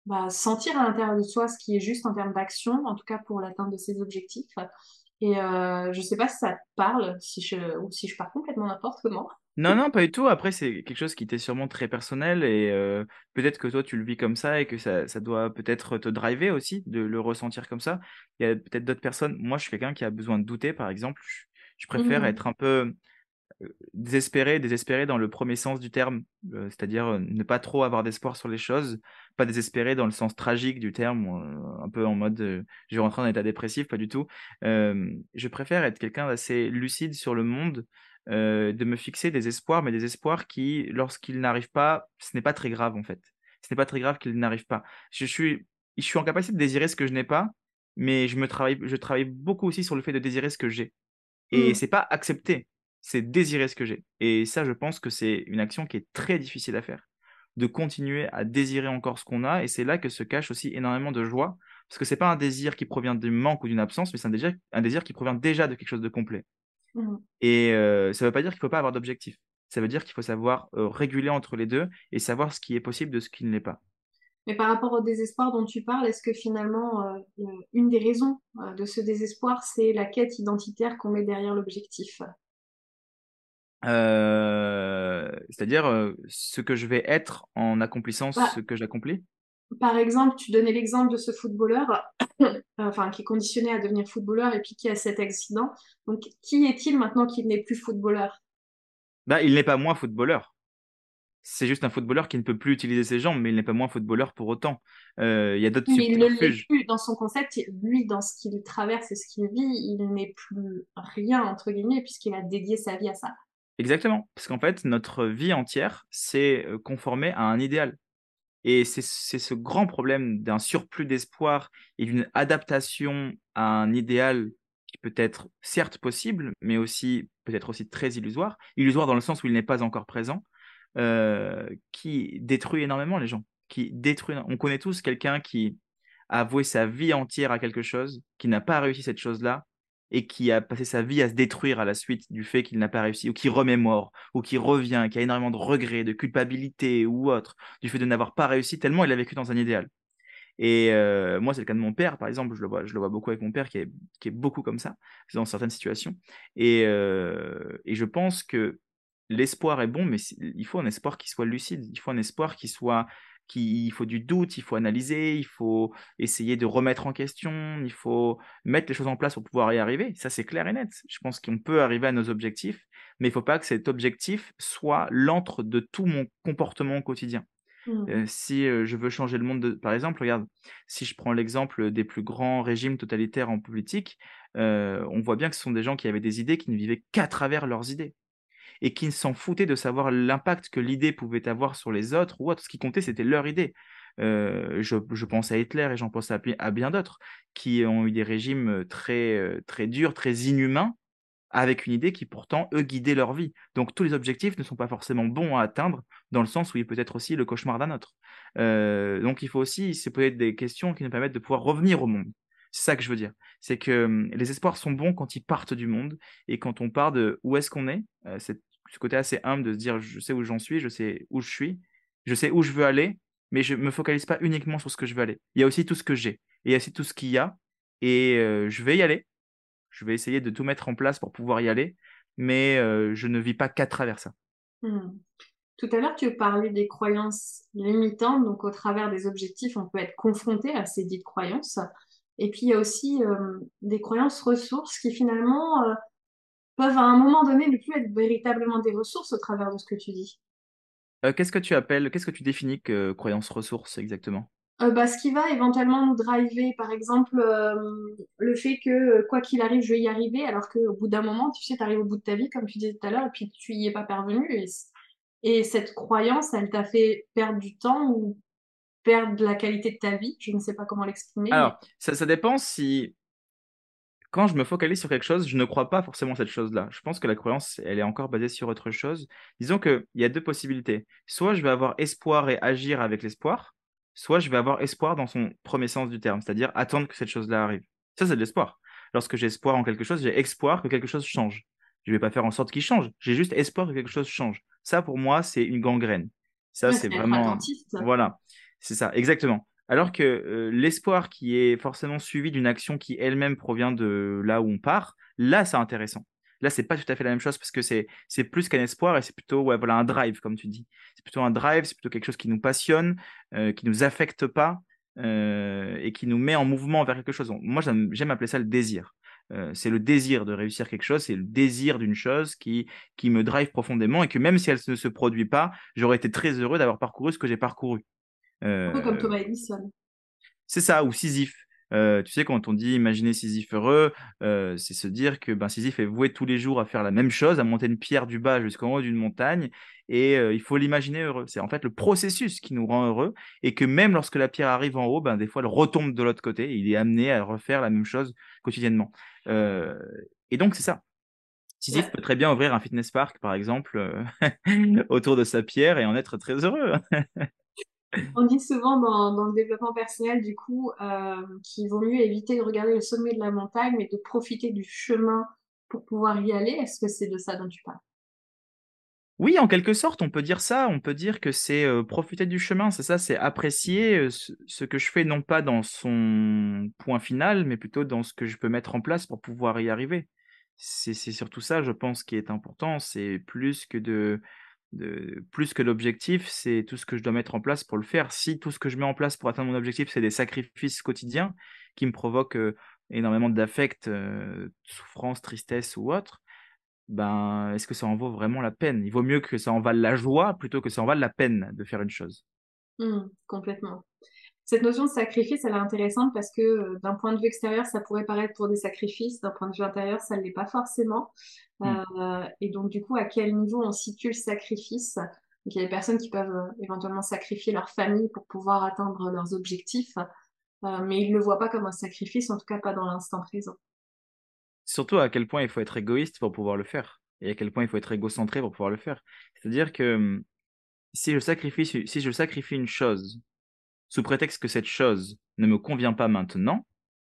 bah, sentir à l'intérieur de soi ce qui est juste en termes d'action, en tout cas pour l'atteinte de ses objectifs. Et euh, je sais pas si ça te parle, si je, ou si je pars complètement n'importe comment. Non, non, pas du tout. Après, c'est quelque chose qui t'est sûrement très personnel et euh, peut-être que toi, tu le vis comme ça et que ça, ça doit peut-être te driver aussi de le ressentir comme ça. Il y a peut-être d'autres personnes. Moi, je suis quelqu'un qui a besoin de douter, par exemple. Je, je préfère Mhm. être un peu euh, désespéré, désespéré dans le premier sens du terme, euh, c'est-à-dire euh, ne pas trop avoir d'espoir sur les choses, pas désespéré dans le sens tragique du terme, euh, un peu en mode euh, je vais rentrer en état dépressif, pas du tout. Euh, je préfère être quelqu'un d'assez lucide sur le monde, euh, de me fixer des espoirs, mais des espoirs qui, lorsqu'ils n'arrivent pas, ce n'est pas très grave en fait. Ce n'est pas très grave qu'ils n'arrivent pas. Je suis, je suis en capacité de désirer ce que je n'ai pas, mais je me travaille, je travaille beaucoup aussi sur le fait de désirer ce que j'ai. Et Mhm. c'est pas accepter, c'est désirer ce que j'ai. Et ça, je pense que c'est une action qui est très difficile à faire, de continuer à désirer encore ce qu'on a. Et c'est là que se cache aussi énormément de joie, parce que c'est pas un désir qui provient du manque ou d'une absence, mais c'est un désir, un désir qui provient déjà de quelque chose de complet. Mhm. Et euh, ça veut pas dire qu'il faut pas avoir d'objectif. Ça veut dire qu'il faut savoir euh, réguler entre les deux et savoir ce qui est possible de ce qui ne l'est pas. Mais par rapport au désespoir dont tu parles, est-ce que finalement, euh, une une des raisons euh, de ce désespoir, c'est la quête identitaire qu'on met derrière l'objectif? Euh, c'est-à-dire euh, ce que je vais être en accomplissant Bah, ce que j'accomplis. par exemple, tu donnais l'exemple de ce footballeur, euh, enfin, qui est conditionné à devenir footballeur et puis qui a cet accident. Donc, qui est-il maintenant qu'il n'est plus footballeur? Bah, il n'est pas moins footballeur. C'est juste un footballeur qui ne peut plus utiliser ses jambes, mais il n'est pas moins footballeur pour autant. Euh, Il y a d'autres Oui, mais il ne l'est subterfuges. plus dans son concept. Lui, dans ce qu'il traverse et ce qu'il vit, il n'est plus rien, entre guillemets, puisqu'il a dédié sa vie à ça. Exactement. Parce qu'en fait, notre vie entière s'est euh, conformée à un idéal. Et c'est c'est ce grand problème d'un surplus d'espoir et d'une adaptation à un idéal qui peut être certes possible, mais aussi peut-être aussi très illusoire. Illusoire dans le sens où il n'est pas encore présent, euh, qui détruit énormément les gens. Qui détruit. On connaît tous quelqu'un qui a voué sa vie entière à quelque chose, qui n'a pas réussi cette chose-là, et qui a passé sa vie à se détruire à la suite du fait qu'il n'a pas réussi, ou qui remémore, ou qui revient, qui a énormément de regrets, de culpabilité ou autre, du fait de n'avoir pas réussi tellement il a vécu dans un idéal. Et euh, moi, c'est le cas de mon père, par exemple, je le vois, je le vois beaucoup avec mon père qui est, qui est beaucoup comme ça, dans certaines situations. Et, euh, et je pense que l'espoir est bon, mais c'est- il faut un espoir qui soit lucide, il faut un espoir qui soit, qui, il faut du doute, il faut analyser, il faut essayer de remettre en question, il faut mettre les choses en place pour pouvoir y arriver. Ça, c'est clair et net. Je pense qu'on peut arriver à nos objectifs, mais il ne faut pas que cet objectif soit l'antre de tout mon comportement au quotidien. Hmm. Euh, si euh, je veux changer le monde, de- par exemple, regarde, si je prends l'exemple des plus grands régimes totalitaires en politique, euh, on voit bien que ce sont des gens qui avaient des idées, qui ne vivaient qu'à travers leurs idées et qui ne s'en foutaient de savoir l'impact que l'idée pouvait avoir sur les autres ou autre. Ce qui comptait, c'était leur idée. Euh, je, je pense à Hitler et j'en pense à, à bien d'autres qui ont eu des régimes très, euh, très durs, très inhumains avec une idée qui pourtant, eux, guidaient leur vie. Donc tous les objectifs ne sont pas forcément bons à atteindre, dans le sens où il peut être aussi le cauchemar d'un autre. Euh, donc il faut aussi se poser des questions qui nous permettent de pouvoir revenir au monde. C'est ça que je veux dire. C'est que hum, les espoirs sont bons quand ils partent du monde et quand on part de où est-ce qu'on est, euh, c'est ce côté assez humble de se dire je sais où j'en suis, je sais où je suis, je sais où je veux aller, mais je me focalise pas uniquement sur ce que je veux aller. Il y a aussi tout ce que j'ai et il y a aussi tout ce qu'il y a et euh, je vais y aller. Je vais essayer de tout mettre en place pour pouvoir y aller, mais euh, je ne vis pas qu'à travers ça. Hmm. Tout à l'heure, tu parlais des croyances limitantes, donc au travers des objectifs, on peut être confronté à ces dites croyances. Et puis, il y a aussi euh, des croyances ressources qui finalement euh, peuvent à un moment donné ne plus être véritablement des ressources au travers de ce que tu dis. Euh, qu'est-ce que tu appelles, qu'est-ce que tu définis que croyance ressource exactement? Euh, bah, ce qui va éventuellement nous driver, par exemple, euh, le fait que euh, quoi qu'il arrive, je vais y arriver, alors qu'au bout d'un moment, tu sais, tu arrives au bout de ta vie, comme tu disais tout à l'heure, et puis tu y es pas parvenu. Et, et cette croyance, elle t'a fait perdre du temps ou perdre la qualité de ta vie. Je ne sais pas comment l'exprimer, mais Alors, ça, ça dépend si, quand je me focalise sur quelque chose, je ne crois pas forcément cette chose-là. Je pense que la croyance, elle est encore basée sur autre chose. Disons qu'il y a deux possibilités. Soit je vais avoir espoir et agir avec l'espoir, soit je vais avoir espoir dans son premier sens du terme, c'est-à-dire attendre que cette chose-là arrive. Ça, c'est de l'espoir. Lorsque j'ai espoir en quelque chose, j'ai espoir que quelque chose change. Je ne vais pas faire en sorte qu'il change. J'ai juste espoir que quelque chose change. Ça, pour moi, c'est une gangrène. Ça, ouais, c'est c'est être vraiment... attentiste. Voilà, c'est ça, exactement. Alors que euh, l'espoir qui est forcément suivi d'une action qui elle-même provient de là où on part, là, c'est intéressant. Là, c'est pas tout à fait la même chose parce que c'est c'est plus qu'un espoir et c'est plutôt ouais, voilà, un drive, comme tu dis. C'est plutôt un drive, c'est plutôt quelque chose qui nous passionne, euh, qui nous affecte pas euh, et qui nous met en mouvement vers quelque chose. Moi, j'aime j'aime appeler ça le désir. Euh, c'est le désir de réussir quelque chose, c'est le désir d'une chose qui, qui me drive profondément et que même si elle ne se produit pas, j'aurais été très heureux d'avoir parcouru ce que j'ai parcouru. Un peu comme Euh, Thomas Edison. c'est ça, ou Sisyphe. Euh, tu sais, quand on dit imaginer Sisyphe heureux, euh, c'est se dire que ben, Sisyphe est voué tous les jours à faire la même chose, à monter une pierre du bas jusqu'en haut d'une montagne, et euh, il faut l'imaginer heureux. C'est en fait le processus qui nous rend heureux, et que même lorsque la pierre arrive en haut, ben, des fois elle retombe de l'autre côté, et il est amené à refaire la même chose quotidiennement. Euh, et donc c'est ça. Sisyphe Ouais. peut très bien ouvrir un fitness park, par exemple, euh, autour de sa pierre et en être très heureux. On dit souvent dans, dans le développement personnel, du coup, euh, qu'il vaut mieux éviter de regarder le sommet de la montagne, mais de profiter du chemin pour pouvoir y aller. Est-ce que c'est de ça dont tu parles? Oui, en quelque sorte, on peut dire ça. On peut dire que c'est euh, profiter du chemin. C'est ça, c'est apprécier euh, ce, ce que je fais, non pas dans son point final, mais plutôt dans ce que je peux mettre en place pour pouvoir y arriver. C'est c'est surtout ça, je pense, qui est important. C'est plus que de, de plus que l'objectif, c'est tout ce que je dois mettre en place pour le faire. Si tout ce que je mets en place pour atteindre mon objectif, c'est des sacrifices quotidiens qui me provoquent euh, énormément d'affect, euh, souffrance, tristesse ou autre, ben, est-ce que ça en vaut vraiment la peine? Il vaut mieux que ça en vale la joie plutôt que ça en vale la peine de faire une chose. Hmm, complètement. Cette notion de sacrifice, elle est intéressante parce que euh, d'un point de vue extérieur, ça pourrait paraître pour des sacrifices, d'un point de vue intérieur, ça ne l'est pas forcément. Hmm. Euh, et donc, du coup, à quel niveau on situe le sacrifice? Donc, il y a des personnes qui peuvent euh, éventuellement sacrifier leur famille pour pouvoir atteindre leurs objectifs, euh, mais ils ne le voient pas comme un sacrifice, en tout cas pas dans l'instant présent. Surtout à quel point il faut être égoïste pour pouvoir le faire et à quel point il faut être égocentré pour pouvoir le faire. C'est-à-dire que hum, si je sacrifie, si je sacrifie une chose sous prétexte que cette chose ne me convient pas maintenant,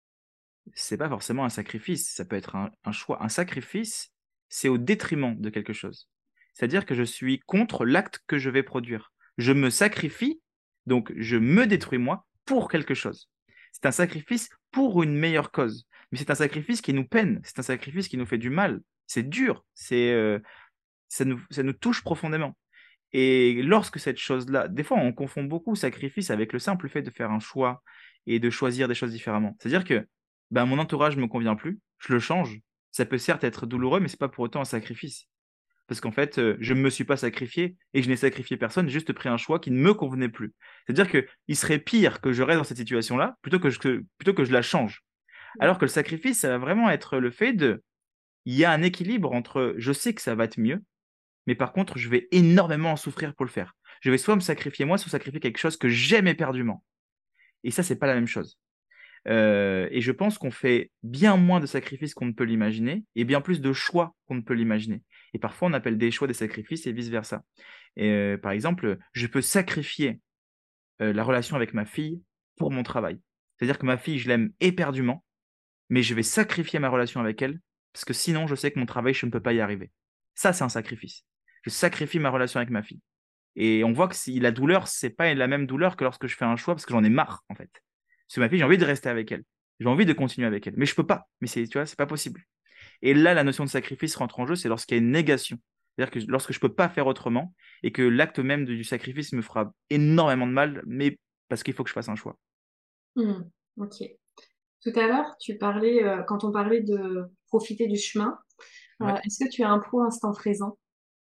c'est pas forcément un sacrifice, ça peut être un, un choix. Un sacrifice, c'est au détriment de quelque chose. C'est-à-dire que je suis contre l'acte que je vais produire. Je me sacrifie, donc je me détruis moi pour quelque chose. C'est un sacrifice pour une meilleure cause. Mais c'est un sacrifice qui nous peine, c'est un sacrifice qui nous fait du mal. C'est dur, c'est, euh, ça nous, ça nous touche profondément. Et lorsque cette chose-là, des fois on confond beaucoup sacrifice avec le simple fait de faire un choix et de choisir des choses différemment. C'est-à-dire que ben, mon entourage ne me convient plus, je le change. Ça peut certes être douloureux, mais c'est pas pour autant un sacrifice. Parce qu'en fait, euh, je ne me suis pas sacrifié et je n'ai sacrifié personne, j'ai juste pris un choix qui ne me convenait plus. C'est-à-dire que il serait pire que je reste dans cette situation-là plutôt que je, que- plutôt que je la change. Alors que le sacrifice, ça va vraiment être le fait de, il y a un équilibre entre je sais que ça va être mieux, mais par contre, je vais énormément en souffrir pour le faire. Je vais soit me sacrifier moi, soit sacrifier quelque chose que j'aime éperdument. Et ça, c'est pas la même chose. Euh, et je pense qu'on fait bien moins de sacrifices qu'on ne peut l'imaginer et bien plus de choix qu'on ne peut l'imaginer. Et parfois, on appelle des choix des sacrifices et vice-versa. Et euh, par exemple, je peux sacrifier euh, la relation avec ma fille pour mon travail. C'est-à-dire que ma fille, je l'aime éperdument, mais je vais sacrifier ma relation avec elle parce que sinon, je sais que mon travail, je ne peux pas y arriver. Ça, c'est un sacrifice. Je sacrifie ma relation avec ma fille. Et on voit que si la douleur, c'est pas la même douleur que lorsque je fais un choix parce que j'en ai marre, en fait. Parce que ma fille, j'ai envie de rester avec elle. J'ai envie de continuer avec elle. Mais je peux pas. Mais c'est, tu vois, c'est pas possible. Et là, la notion de sacrifice rentre en jeu, c'est lorsqu'il y a une négation. C'est-à-dire que lorsque je peux pas faire autrement et que l'acte même du sacrifice me fera énormément de mal, mais parce qu'il faut que je fasse un choix. Hmm, ok. Tout à l'heure, tu parlais, euh, quand on parlait de profiter du chemin, euh, Ouais. est-ce que tu as un pro instant présent?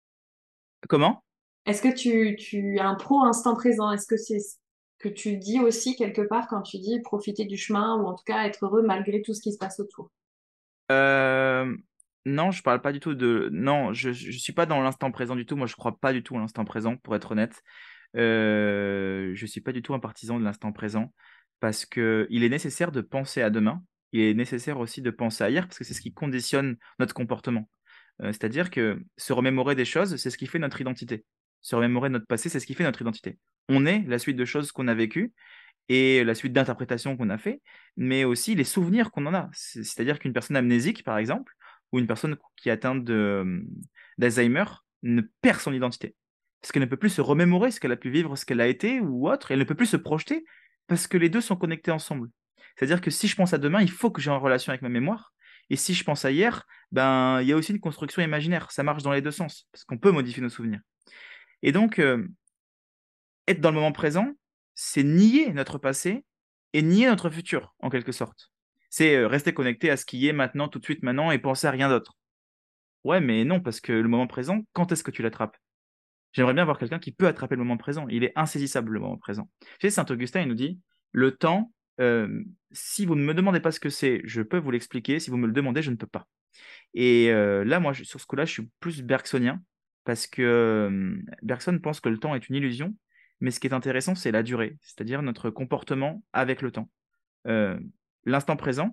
Comment? Est-ce que tu, tu as un pro instant présent? Est-ce que c'est ce que tu dis aussi quelque part quand tu dis profiter du chemin ou en tout cas être heureux malgré tout ce qui se passe autour? Euh, non, je parle pas du tout de. Non, je, je suis pas dans l'instant présent du tout. Moi, je crois pas du tout à l'instant présent, pour être honnête. Euh, je suis pas du tout un partisan de l'instant présent parce que il est nécessaire de penser à demain. Il est nécessaire aussi de penser à hier parce que c'est ce qui conditionne notre comportement. Euh, c'est-à-dire que se remémorer des choses, c'est ce qui fait notre identité. Se remémorer notre passé, c'est ce qui fait notre identité. On est la suite de choses qu'on a vécues et la suite d'interprétations qu'on a fait, mais aussi les souvenirs qu'on en a. C'est- C'est-à-dire qu'une personne amnésique, par exemple, ou une personne qui est atteinte de, d'Alzheimer, ne perd son identité. Parce qu'elle ne peut plus se remémorer ce qu'elle a pu vivre, ce qu'elle a été ou autre, et elle ne peut plus se projeter parce que les deux sont connectés ensemble. C'est-à-dire que si je pense à demain, il faut que j'ai en relation avec ma mémoire. Et si je pense à hier, ben, il y a aussi une construction imaginaire. Ça marche dans les deux sens, parce qu'on peut modifier nos souvenirs. Et donc, euh, être dans le moment présent, c'est nier notre passé et nier notre futur, en quelque sorte. C'est euh, rester connecté à ce qui est maintenant, tout de suite maintenant, et penser à rien d'autre. Ouais, mais non, parce que le moment présent, quand est-ce que tu l'attrapes? J'aimerais bien voir quelqu'un qui peut attraper le moment présent. Il est insaisissable, le moment présent. Tu sais, Saint-Augustin, il nous dit, le temps, euh, si vous ne me demandez pas ce que c'est, je peux vous l'expliquer. Si vous me le demandez, je ne peux pas. Et euh, là, moi, je- sur ce coup-là, je suis plus bergsonien, parce que euh, Bergson pense que le temps est une illusion, mais ce qui est intéressant, c'est la durée, c'est-à-dire notre comportement avec le temps. Euh, L'instant présent,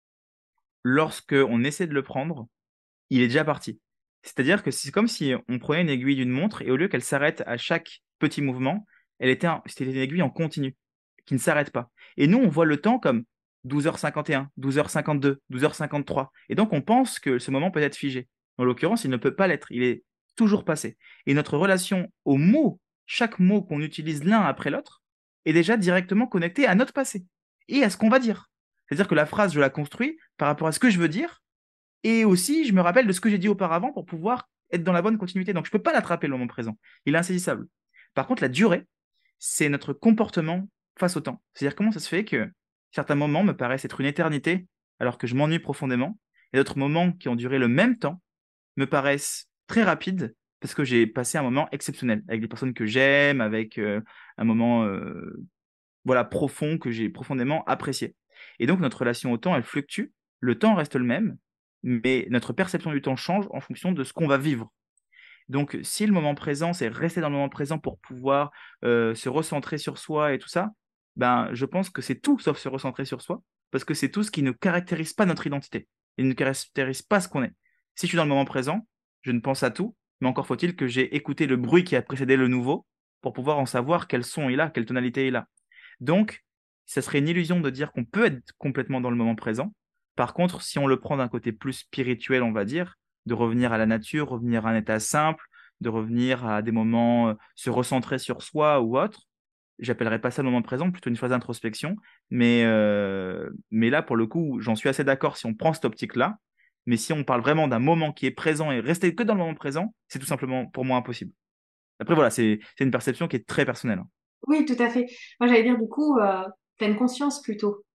lorsque on essaie de le prendre, il est déjà parti. C'est-à-dire que c'est comme si on prenait une aiguille d'une montre et au lieu qu'elle s'arrête à chaque petit mouvement, elle était un- c'était une aiguille en continu, qui ne s'arrête pas. Et nous, on voit le temps comme douze heures cinquante et un, douze heures cinquante-deux, douze heures cinquante-trois. Et donc, on pense que ce moment peut être figé. En l'occurrence, il ne peut pas l'être. Il est toujours passé. Et notre relation aux mots, chaque mot qu'on utilise l'un après l'autre, est déjà directement connecté à notre passé et à ce qu'on va dire. C'est-à-dire que la phrase, je la construis par rapport à ce que je veux dire et aussi, je me rappelle de ce que j'ai dit auparavant pour pouvoir être dans la bonne continuité. Donc, je ne peux pas l'attraper le moment présent. Il est insaisissable. Par contre, la durée, c'est notre comportement face au temps. C'est-à-dire comment ça se fait que certains moments me paraissent être une éternité alors que je m'ennuie profondément, et d'autres moments qui ont duré le même temps me paraissent très rapides parce que j'ai passé un moment exceptionnel avec des personnes que j'aime, avec euh, un moment euh, voilà, profond que j'ai profondément apprécié. Et donc, notre relation au temps, elle fluctue. Le temps reste le même, mais notre perception du temps change en fonction de ce qu'on va vivre. Donc, si le moment présent, c'est rester dans le moment présent pour pouvoir euh, se recentrer sur soi et tout ça, ben, je pense que c'est tout sauf se recentrer sur soi, parce que c'est tout ce qui ne caractérise pas notre identité. Il ne caractérise pas ce qu'on est. Si je suis dans le moment présent, je ne pense à tout, mais encore faut-il que j'ai écouté le bruit qui a précédé le nouveau pour pouvoir en savoir quel son il a, quelle tonalité il a. Donc, ça serait une illusion de dire qu'on peut être complètement dans le moment présent. Par contre, si on le prend d'un côté plus spirituel, on va dire, de revenir à la nature, revenir à un état simple, de revenir à des moments, euh, se recentrer sur soi ou autre, j'appellerais pas ça le moment présent, plutôt une phase d'introspection. Mais, euh, mais là, pour le coup, j'en suis assez d'accord si on prend cette optique-là. Mais si on parle vraiment d'un moment qui est présent et rester que dans le moment présent, c'est tout simplement pour moi impossible. Après, voilà, c'est c'est une perception qui est très personnelle, hein. Oui, tout à fait. Moi, j'allais dire du coup, euh, pleine conscience plutôt.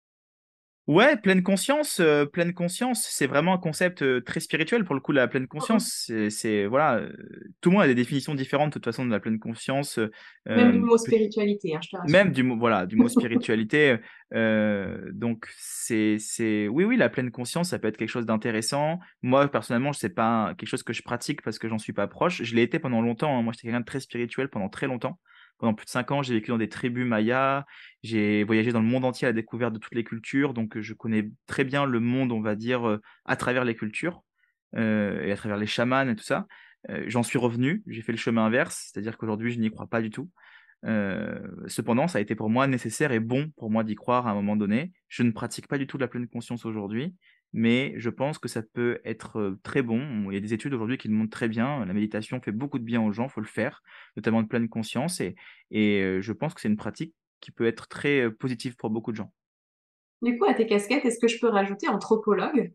Ouais, pleine conscience, euh, pleine conscience, c'est vraiment un concept euh, très spirituel pour le coup, la pleine Mhm. conscience. C'est, c'est- voilà, euh, tout le monde a des définitions différentes de toute façon de la pleine conscience. euh, Même du euh, mot peut- spiritualité, hein, je te rassure. Même du mot, voilà, du mot spiritualité. euh, donc c'est, c'est, oui, oui, la pleine conscience, ça peut être quelque chose d'intéressant. Moi, personnellement, je sais pas quelque chose que je pratique parce que j'en suis pas proche. Je l'ai été pendant longtemps, hein. Moi, j'étais quelqu'un de très spirituel pendant très longtemps. Pendant plus de cinq ans, j'ai vécu dans des tribus mayas. J'ai voyagé dans le monde entier à la découverte de toutes les cultures. Donc, je connais très bien le monde, on va dire, euh, à travers les cultures euh, et à travers les chamans et tout ça. Euh, j'en suis revenu. J'ai fait le chemin inverse, c'est-à-dire qu'aujourd'hui, je n'y crois pas du tout. Euh, cependant, ça a été pour moi nécessaire et bon pour moi d'y croire à un moment donné. Je ne pratique pas du tout de la pleine conscience aujourd'hui, mais je pense que ça peut être euh, très bon. Il y a des études aujourd'hui qui le montrent très bien. La méditation fait beaucoup de bien aux gens, il faut le faire, notamment de pleine conscience. Et, et euh, je pense que c'est une pratique qui peut être très euh, positive pour beaucoup de gens. Du coup, à tes casquettes, est-ce que je peux rajouter anthropologue?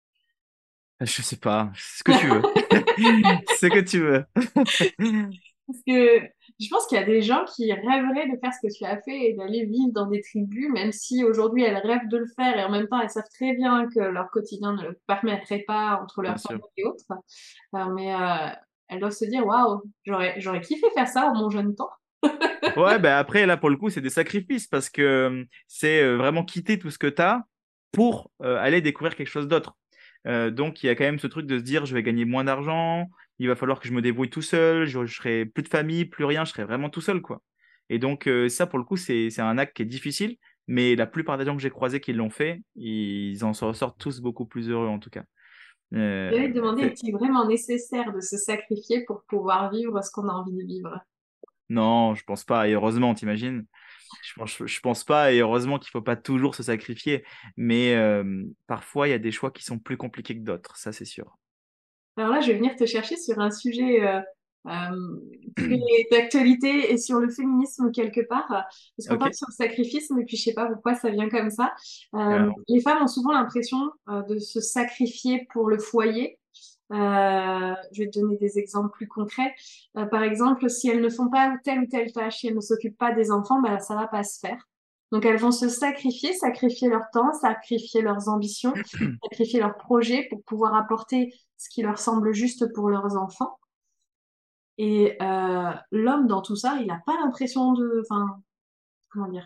Je sais pas, ce que tu veux. Ce que tu veux. Parce que je pense qu'il y a des gens qui rêveraient de faire ce que tu as fait et d'aller vivre dans des tribus, même si aujourd'hui elles rêvent de le faire et en même temps elles savent très bien que leur quotidien ne le permettrait pas entre Bien leur sûr. famille et autres. Euh, mais euh, elles doivent se dire, waouh, j'aurais, j'aurais kiffé faire ça en mon jeune temps. Ouais, ben après, là, pour le coup, c'est des sacrifices parce que euh, c'est euh, vraiment quitter tout ce que tu as pour euh, aller découvrir quelque chose d'autre. Euh, donc, il y a quand même ce truc de se dire, je vais gagner moins d'argent, il va falloir que je me débrouille tout seul, je, je serai plus de famille, plus rien, je serai vraiment tout seul, quoi. Et donc, euh, ça, pour le coup, c'est, c'est un acte qui est difficile, mais la plupart des gens que j'ai croisés qui l'ont fait, ils en ressortent tous beaucoup plus heureux, en tout cas. Euh, J'allais te demander, c'est- est-il vraiment nécessaire de se sacrifier pour pouvoir vivre ce qu'on a envie de vivre? non, je pense pas, et heureusement, t'imagines? Je pense, je pense pas, et heureusement qu'il faut pas toujours se sacrifier, mais euh, parfois il y a des choix qui sont plus compliqués que d'autres, ça c'est sûr. Alors là, je vais venir te chercher sur un sujet euh, euh, qui est d'actualité et sur le féminisme quelque part, euh, parce qu'on Ok, parle sur le sacrifice, mais puis je sais pas pourquoi ça vient comme ça. Euh, carrément. les femmes ont souvent l'impression euh, de se sacrifier pour le foyer. Euh, je vais te donner des exemples plus concrets. Euh, par exemple, si elles ne font pas telle ou telle tâche, si elles ne s'occupent pas des enfants, bah, ça va pas se faire. Donc elles vont se sacrifier, sacrifier leur temps, sacrifier leurs ambitions, sacrifier leurs projets pour pouvoir apporter ce qui leur semble juste pour leurs enfants. Et euh, l'homme dans tout ça, il n'a pas l'impression de, enfin, comment dire,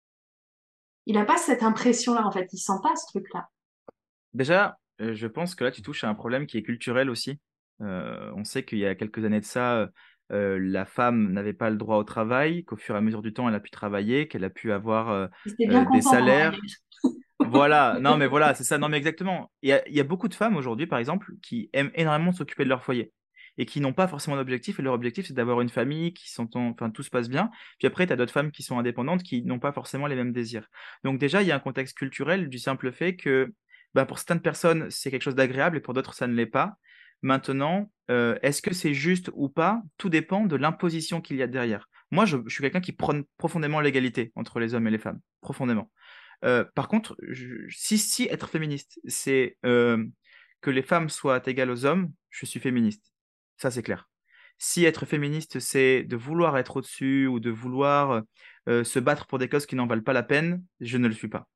il n'a pas cette impression-là en fait, il sent pas ce truc-là. Déjà, euh, je pense que là, tu touches à un problème qui est culturel aussi. Euh, on sait qu'il y a quelques années de ça, euh, la femme n'avait pas le droit au travail, qu'au fur et à mesure du temps, elle a pu travailler, qu'elle a pu avoir euh, Ils étaient bien euh, des contents pendant la guerre. salaires. Voilà, non mais voilà, c'est ça, non mais exactement. Il y a, il y a beaucoup de femmes aujourd'hui, par exemple, qui aiment énormément s'occuper de leur foyer et qui n'ont pas forcément d'objectif. Et leur objectif, c'est d'avoir une famille, qui s'entend, enfin tout se passe bien. Puis après, tu as d'autres femmes qui sont indépendantes, qui n'ont pas forcément les mêmes désirs. Donc déjà, il y a un contexte culturel du simple fait que bah, pour certaines personnes, c'est quelque chose d'agréable et pour d'autres, ça ne l'est pas. Maintenant, euh, est-ce que c'est juste ou pas? Tout dépend de l'imposition qu'il y a derrière. Moi, je, je suis quelqu'un qui prône profondément l'égalité entre les hommes et les femmes, profondément. Euh, par contre, je- si, si être féministe, c'est euh, que les femmes soient égales aux hommes, je suis féministe. Ça, c'est clair. Si être féministe, c'est de vouloir être au-dessus ou de vouloir euh, se battre pour des causes qui n'en valent pas la peine, je ne le suis pas.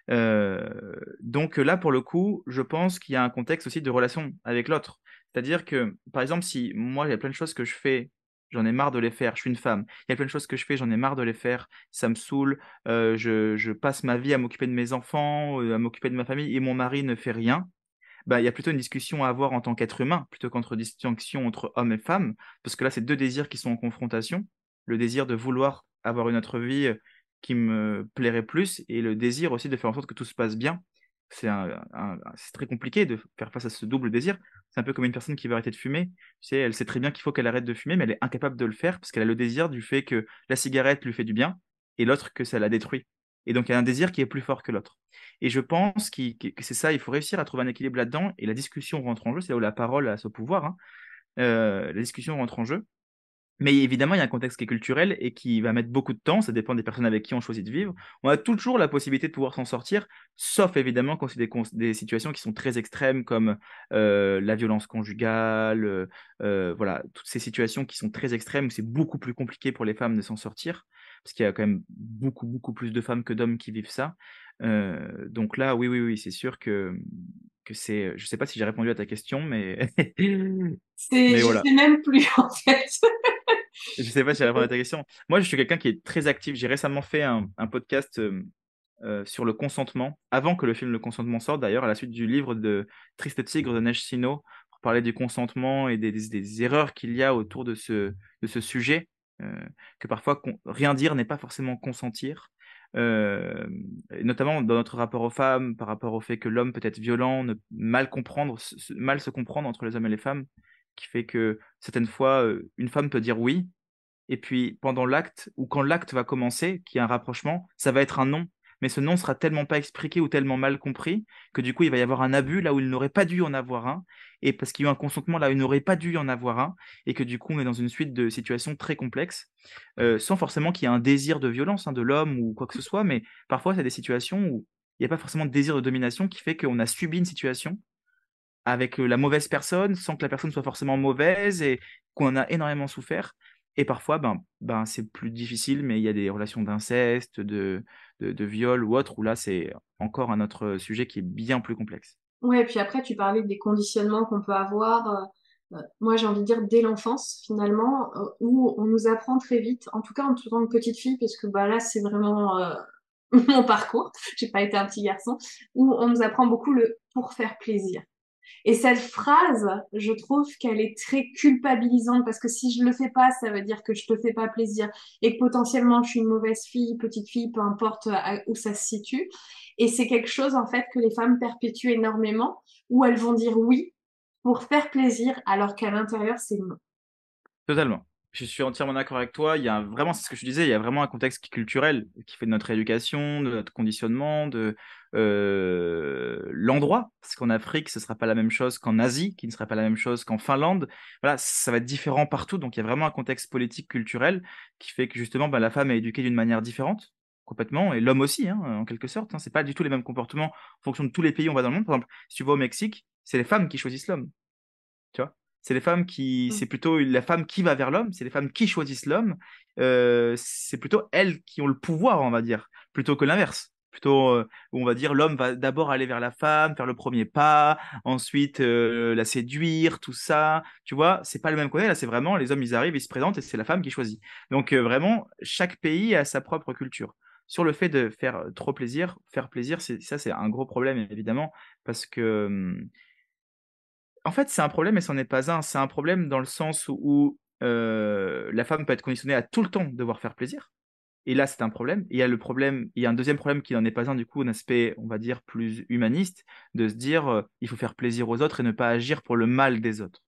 Euh, donc là, pour le coup, je pense qu'il y a un contexte aussi de relation avec l'autre. C'est-à-dire que, par exemple, si moi, il y a plein de choses que je fais, j'en ai marre de les faire, je suis une femme, il y a plein de choses que je fais, j'en ai marre de les faire, ça me saoule, euh, je, je passe ma vie à m'occuper de mes enfants, euh, à m'occuper de ma famille, et mon mari ne fait rien, bah, il y a plutôt une discussion à avoir en tant qu'être humain, plutôt qu'entre distinction entre hommes et femmes, parce que là, c'est deux désirs qui sont en confrontation. Le désir de vouloir avoir une autre vie euh, qui me plairait plus, et le désir aussi de faire en sorte que tout se passe bien. C'est un- un- c'est très compliqué de faire face à ce double désir. C'est un peu comme une personne qui veut arrêter de fumer. Tu sais, elle sait très bien qu'il faut qu'elle arrête de fumer, mais elle est incapable de le faire parce qu'elle a le désir du fait que la cigarette lui fait du bien, et l'autre que ça la détruit. Et donc, il y a un désir qui est plus fort que l'autre. Et je pense qu'il- que c'est ça, il faut réussir à trouver un équilibre là-dedans, et la discussion rentre en jeu, c'est là où la parole a ce pouvoir, hein. Euh, la discussion rentre en jeu. Mais évidemment, il y a un contexte qui est culturel et qui va mettre beaucoup de temps, ça dépend des personnes avec qui on choisit de vivre. On a toujours la possibilité de pouvoir s'en sortir, sauf évidemment quand c'est des, cons- des situations qui sont très extrêmes, comme euh, la violence conjugale, euh, euh, voilà, toutes ces situations qui sont très extrêmes, où c'est beaucoup plus compliqué pour les femmes de s'en sortir, parce qu'il y a quand même beaucoup, beaucoup plus de femmes que d'hommes qui vivent ça. Euh, donc là, oui, oui, oui, c'est sûr que, que c'est. Je sais pas si j'ai répondu à ta question, mais, C'est, mais je voilà. sais même plus en fait. Je sais pas si j'ai répondu à ta question. Moi, je suis quelqu'un qui est très actif. J'ai récemment fait un, un podcast euh, euh, sur le consentement, avant que le film Le Consentement sorte, d'ailleurs, à la suite du livre de Triste Tigre de Neige Sino, pour parler du consentement et des, des- des erreurs qu'il y a autour de ce, de ce sujet, euh, que parfois con- rien dire n'est pas forcément consentir. Euh, et notamment dans notre rapport aux femmes, par rapport au fait que l'homme peut être violent, ne, mal comprendre, se- se- mal se comprendre entre les hommes et les femmes, qui fait que certaines fois, euh, une femme peut dire oui, et puis pendant l'acte, ou quand l'acte va commencer, qu'il y a un rapprochement, ça va être un non. Mais ce non sera tellement pas expliqué ou tellement mal compris que du coup, il va y avoir un abus là où il n'aurait pas dû en avoir un. Et parce qu'il y a eu un consentement là où il n'aurait pas dû y en avoir un. Et que du coup, on est dans une suite de situations très complexes, euh, sans forcément qu'il y ait un désir de violence, hein, de l'homme ou quoi que ce soit. Mais parfois, c'est des situations où il n'y a pas forcément de désir de domination qui fait qu'on a subi une situation avec euh, la mauvaise personne sans que la personne soit forcément mauvaise et qu'on en a énormément souffert. Et parfois, ben, ben, c'est plus difficile, mais il y a des relations d'inceste, de, de, de viol ou autre, où là, c'est encore un autre sujet qui est bien plus complexe. Ouais, puis après, tu parlais des conditionnements qu'on peut avoir. euh, euh, moi, j'ai envie de dire dès l'enfance, finalement, euh, où on nous apprend très vite, en tout cas en tant que petite fille, parce que bah, là, c'est vraiment euh, mon parcours, j'ai pas été un petit garçon, où on nous apprend beaucoup le pour faire plaisir. Et cette phrase, je trouve qu'elle est très culpabilisante parce que si je le fais pas, ça veut dire que je te fais pas plaisir et que potentiellement je suis une mauvaise fille, petite fille, peu importe à- où ça se situe. Et c'est quelque chose en fait que les femmes perpétuent énormément où elles vont dire oui pour faire plaisir alors qu'à l'intérieur c'est non. Totalement. Je suis entièrement d'accord avec toi. Il y a un- vraiment, c'est ce que je disais, il y a vraiment un contexte culturel qui fait de notre éducation, de notre conditionnement, de euh, l'endroit. Parce qu'en Afrique, ce ne sera pas la même chose qu'en Asie, qui ne sera pas la même chose qu'en Finlande. Voilà, ça va être différent partout. Donc, il y a vraiment un contexte politique, culturel, qui fait que justement, bah, la femme est éduquée d'une manière différente, complètement, et l'homme aussi, hein, en quelque sorte. Hein. C'est pas du tout les mêmes comportements en fonction de tous les pays où on va dans le monde. Par exemple, si tu vas au Mexique, c'est les femmes qui choisissent l'homme. Tu vois? C'est les femmes qui, Mm. c'est plutôt la femme qui va vers l'homme, c'est les femmes qui choisissent l'homme. Euh, c'est plutôt elles qui ont le pouvoir, on va dire, plutôt que l'inverse. Plutôt, euh, où on va dire l'homme va d'abord aller vers la femme, faire le premier pas, ensuite euh, la séduire, tout ça. Tu vois, c'est pas le même côté. Là, c'est vraiment les hommes, ils arrivent, ils se présentent et c'est la femme qui choisit. Donc euh, vraiment, chaque pays a sa propre culture. Sur le fait de faire trop plaisir, faire plaisir, c'est ça, c'est un gros problème évidemment parce que hum, en fait, c'est un problème et c'en est pas un. C'est un problème dans le sens où, où, euh, la femme peut être conditionnée à tout le temps devoir faire plaisir. Et là, c'est un problème. Il y a le problème, il y a un deuxième problème qui n'en est pas un, du coup, un aspect, on va dire, plus humaniste, de se dire, euh, il faut faire plaisir aux autres et ne pas agir pour le mal des autres.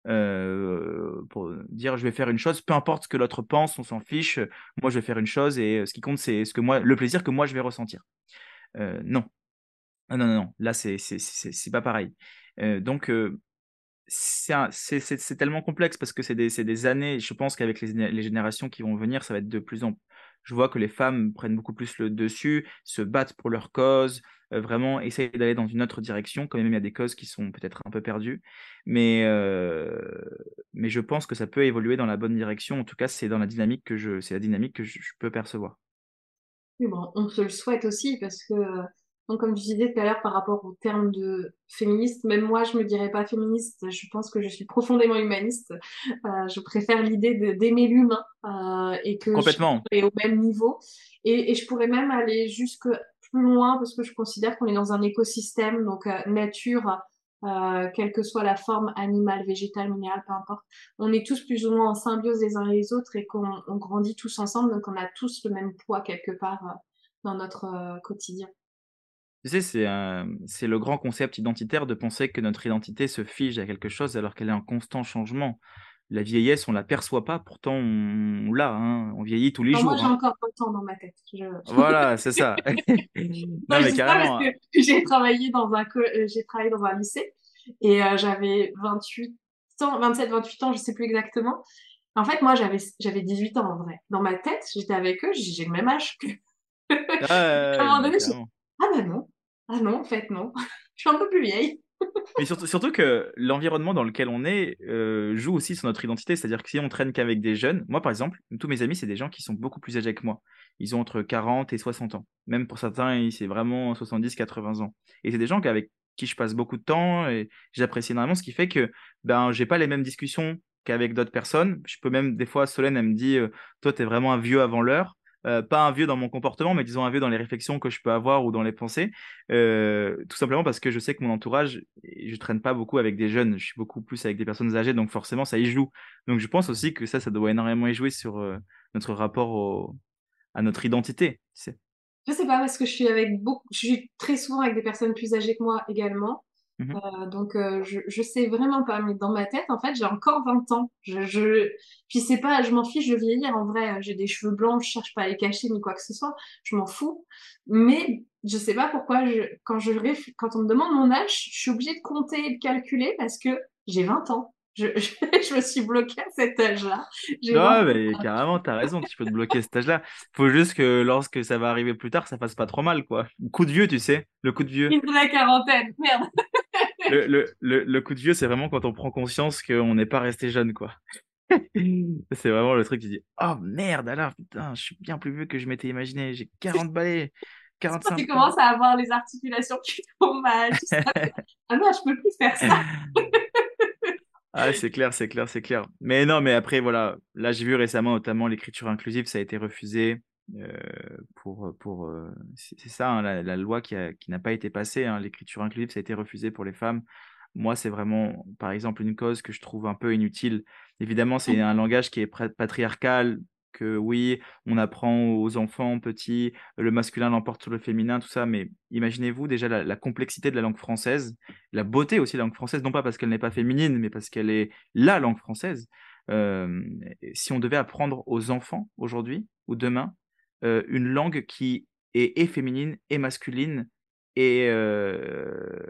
Euh, pour dire, je vais faire une chose, peu importe ce que l'autre pense, on s'en fiche. Moi, je vais faire une chose et ce qui compte, c'est ce que moi, le plaisir que moi, je vais ressentir. Euh, non. Ah, non, non, non. Là, c'est c'est c'est c'est pas pareil. Euh, donc, euh, c'est un- c'est c'est- c'est tellement complexe parce que c'est des, c'est des années. Je pense qu'avec les, les générations qui vont venir, ça va être de plus en plus. Je vois que les femmes prennent beaucoup plus le dessus, se battent pour leur cause, euh, vraiment essayent d'aller dans une autre direction. Quand même, il y a des causes qui sont peut-être un peu perdues, mais, euh, mais je pense que ça peut évoluer dans la bonne direction. En tout cas, c'est dans la dynamique que je, c'est la dynamique que je, je peux percevoir. Oui, bon, on se le souhaite aussi parce que, euh, donc, comme je disais tout à l'heure par rapport au terme de féministe, même moi je me dirais pas féministe, je pense que je suis profondément humaniste. Euh, je préfère l'idée de- d'aimer l'humain euh, et que chacun Complètement. est au même niveau. Et, et je pourrais même aller jusque plus loin parce que je considère qu'on est dans un écosystème, donc euh, nature, euh, quelle que soit la forme animale, végétale, minérale, peu importe. On est tous plus ou moins en symbiose les uns et les autres et qu'on on grandit tous ensemble, donc on a tous le même poids quelque part euh, dans notre euh, quotidien. Tu sais, c'est un- c'est le grand concept identitaire de penser que notre identité se fige à quelque chose alors qu'elle est en constant changement. La vieillesse, on la perçoit pas, pourtant on, on l'a, hein. On vieillit tous les Non, moi jours, j'ai hein. encore vingt ans dans ma tête. Je... Voilà, c'est ça. Non, Non, je mais dis ça parce carrément. que j'ai travaillé dans un co- euh, j'ai travaillé dans un lycée et euh, j'avais vingt-huit ans, vingt-sept, vingt-huit ans, je sais plus exactement. En fait, moi j'avais j'avais dix-huit ans en vrai. Dans ma tête, j'étais avec eux, j'ai j'ai le même âge que Ah, à un ouais, ouais, moment non, mais donné, j'ai carrément. ah bah non. Ah non, en fait non. Je suis un peu plus vieille. Mais surtout, surtout que l'environnement dans lequel on est euh, joue aussi sur notre identité. C'est-à-dire que si on traîne qu'avec des jeunes, moi par exemple, tous mes amis, c'est des gens qui sont beaucoup plus âgés que moi. Ils ont entre quarante et soixante ans. Même pour certains, ils- c'est vraiment soixante-dix, quatre-vingts ans. Et c'est des gens avec qui je passe beaucoup de temps et j'apprécie énormément, ce qui fait que ben, j'ai pas les mêmes discussions qu'avec d'autres personnes. Je peux même, des fois, Solène, elle me dit, euh, toi, t'es vraiment un vieux avant l'heure. Euh, pas un vieux dans mon comportement, mais disons un vieux dans les réflexions que je peux avoir ou dans les pensées. Euh, tout simplement parce que je sais que mon entourage, je traîne pas beaucoup avec des jeunes, je suis beaucoup plus avec des personnes âgées, donc forcément ça y joue. Donc je pense aussi que ça, ça doit énormément y jouer sur euh, notre rapport au- à notre identité. Tu sais. Je sais pas parce que je suis avec beaucoup, je suis très souvent avec des personnes plus âgées que moi également. Mhm. Euh, donc euh, je, je sais vraiment pas, mais dans ma tête, en fait, j'ai encore vingt ans. Je, je, puis c'est pas, je m'en fiche de vieillir. En vrai, j'ai des cheveux blancs, je cherche pas à les cacher ni quoi que ce soit. Je m'en fous. Mais je sais pas pourquoi, je, quand je réf- quand on me demande mon âge, je suis obligée de compter et de calculer parce que j'ai vingt ans. Je, je, je me suis bloquée à cet âge-là. J'ai vingt Ouais, ans. mais carrément, t'as raison, tu peux te bloquer à cet âge-là. Faut juste que lorsque ça va arriver plus tard, ça fasse pas trop mal, quoi. Coup de vieux, tu sais, le coup de vieux. Une la quarantaine. Merde. Le, le, le, le coup de vieux, c'est vraiment quand on prend conscience qu'on n'est pas resté jeune, quoi. C'est vraiment le truc qui dit, oh merde, alors, putain, je suis bien plus vieux que je m'étais imaginé, j'ai quarante balais, Quand tu quarante-cinq ans. commences à avoir les articulations qui tombent mal, tout ça. Ah non, je peux plus faire ça. Ah, c'est clair, c'est clair, c'est clair. Mais non, mais après, voilà, là, j'ai vu récemment, notamment, l'écriture inclusive, ça a été refusé euh, pour, pour euh, c'est c'est ça, hein, la, la loi qui a, qui n'a pas été passée, hein, l'écriture inclusive, ça a été refusé pour les femmes. Moi, c'est vraiment, par exemple, une cause que je trouve un peu inutile. Évidemment, c'est un langage qui est pra- patriarcal, que oui, on apprend aux enfants petits, le masculin l'emporte sur le féminin, tout ça, mais imaginez-vous déjà la, la complexité de la langue française, la beauté aussi de la langue française, non pas parce qu'elle n'est pas féminine, mais parce qu'elle est la langue française. euh, si on devait apprendre aux enfants aujourd'hui ou demain euh, une langue qui est et féminine et masculine et, euh,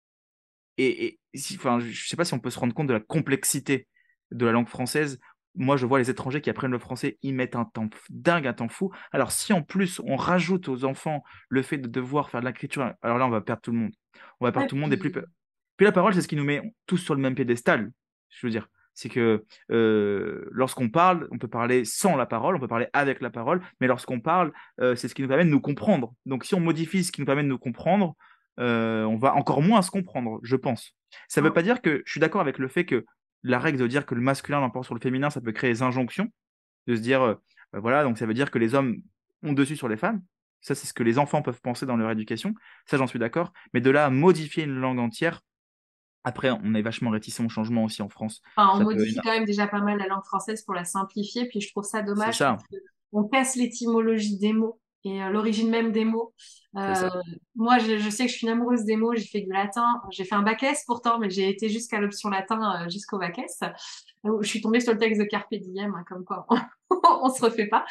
et, et si, enfin, je ne sais pas si on peut se rendre compte de la complexité de la langue française. Moi, je vois les étrangers qui apprennent le français, ils mettent un temps dingue, un temps fou. Alors, si en plus on rajoute aux enfants le fait de devoir faire de l'écriture, alors là, on va perdre tout le monde. On va perdre Ouais, tout le monde. Et plus, puis, puis la parole, c'est ce qui nous met tous sur le même piédestal. Je veux dire, c'est que euh, lorsqu'on parle, on peut parler sans la parole, on peut parler avec la parole, mais lorsqu'on parle, euh, c'est ce qui nous permet de nous comprendre. Donc, si on modifie ce qui nous permet de nous comprendre, euh, on va encore moins se comprendre, je pense. Ça ne veut pas dire que je suis d'accord avec le fait que la règle de dire que le masculin l'emporte sur le féminin, ça peut créer des injonctions, de se dire, euh, euh, voilà, donc ça veut dire que les hommes ont dessus sur les femmes. Ça, c'est ce que les enfants peuvent penser dans leur éducation. Ça, j'en suis d'accord. Mais de là à modifier une langue entière, après, on est vachement réticent au changement aussi en France. enfin, on Ça peut... modifie quand même déjà pas mal la langue française pour la simplifier, puis je trouve ça C'est dommage ça, parce que on casse l'étymologie des mots et euh, l'origine même des mots. c'est Euh, ça. Moi, je, je sais que je suis une amoureuse des mots, j'ai fait du latin, j'ai fait un bac S pourtant, mais j'ai été jusqu'à l'option latin, euh, jusqu'au bac S. Euh, Je suis tombée sur le texte de Carpe Diem, hein, comme quoi on se refait pas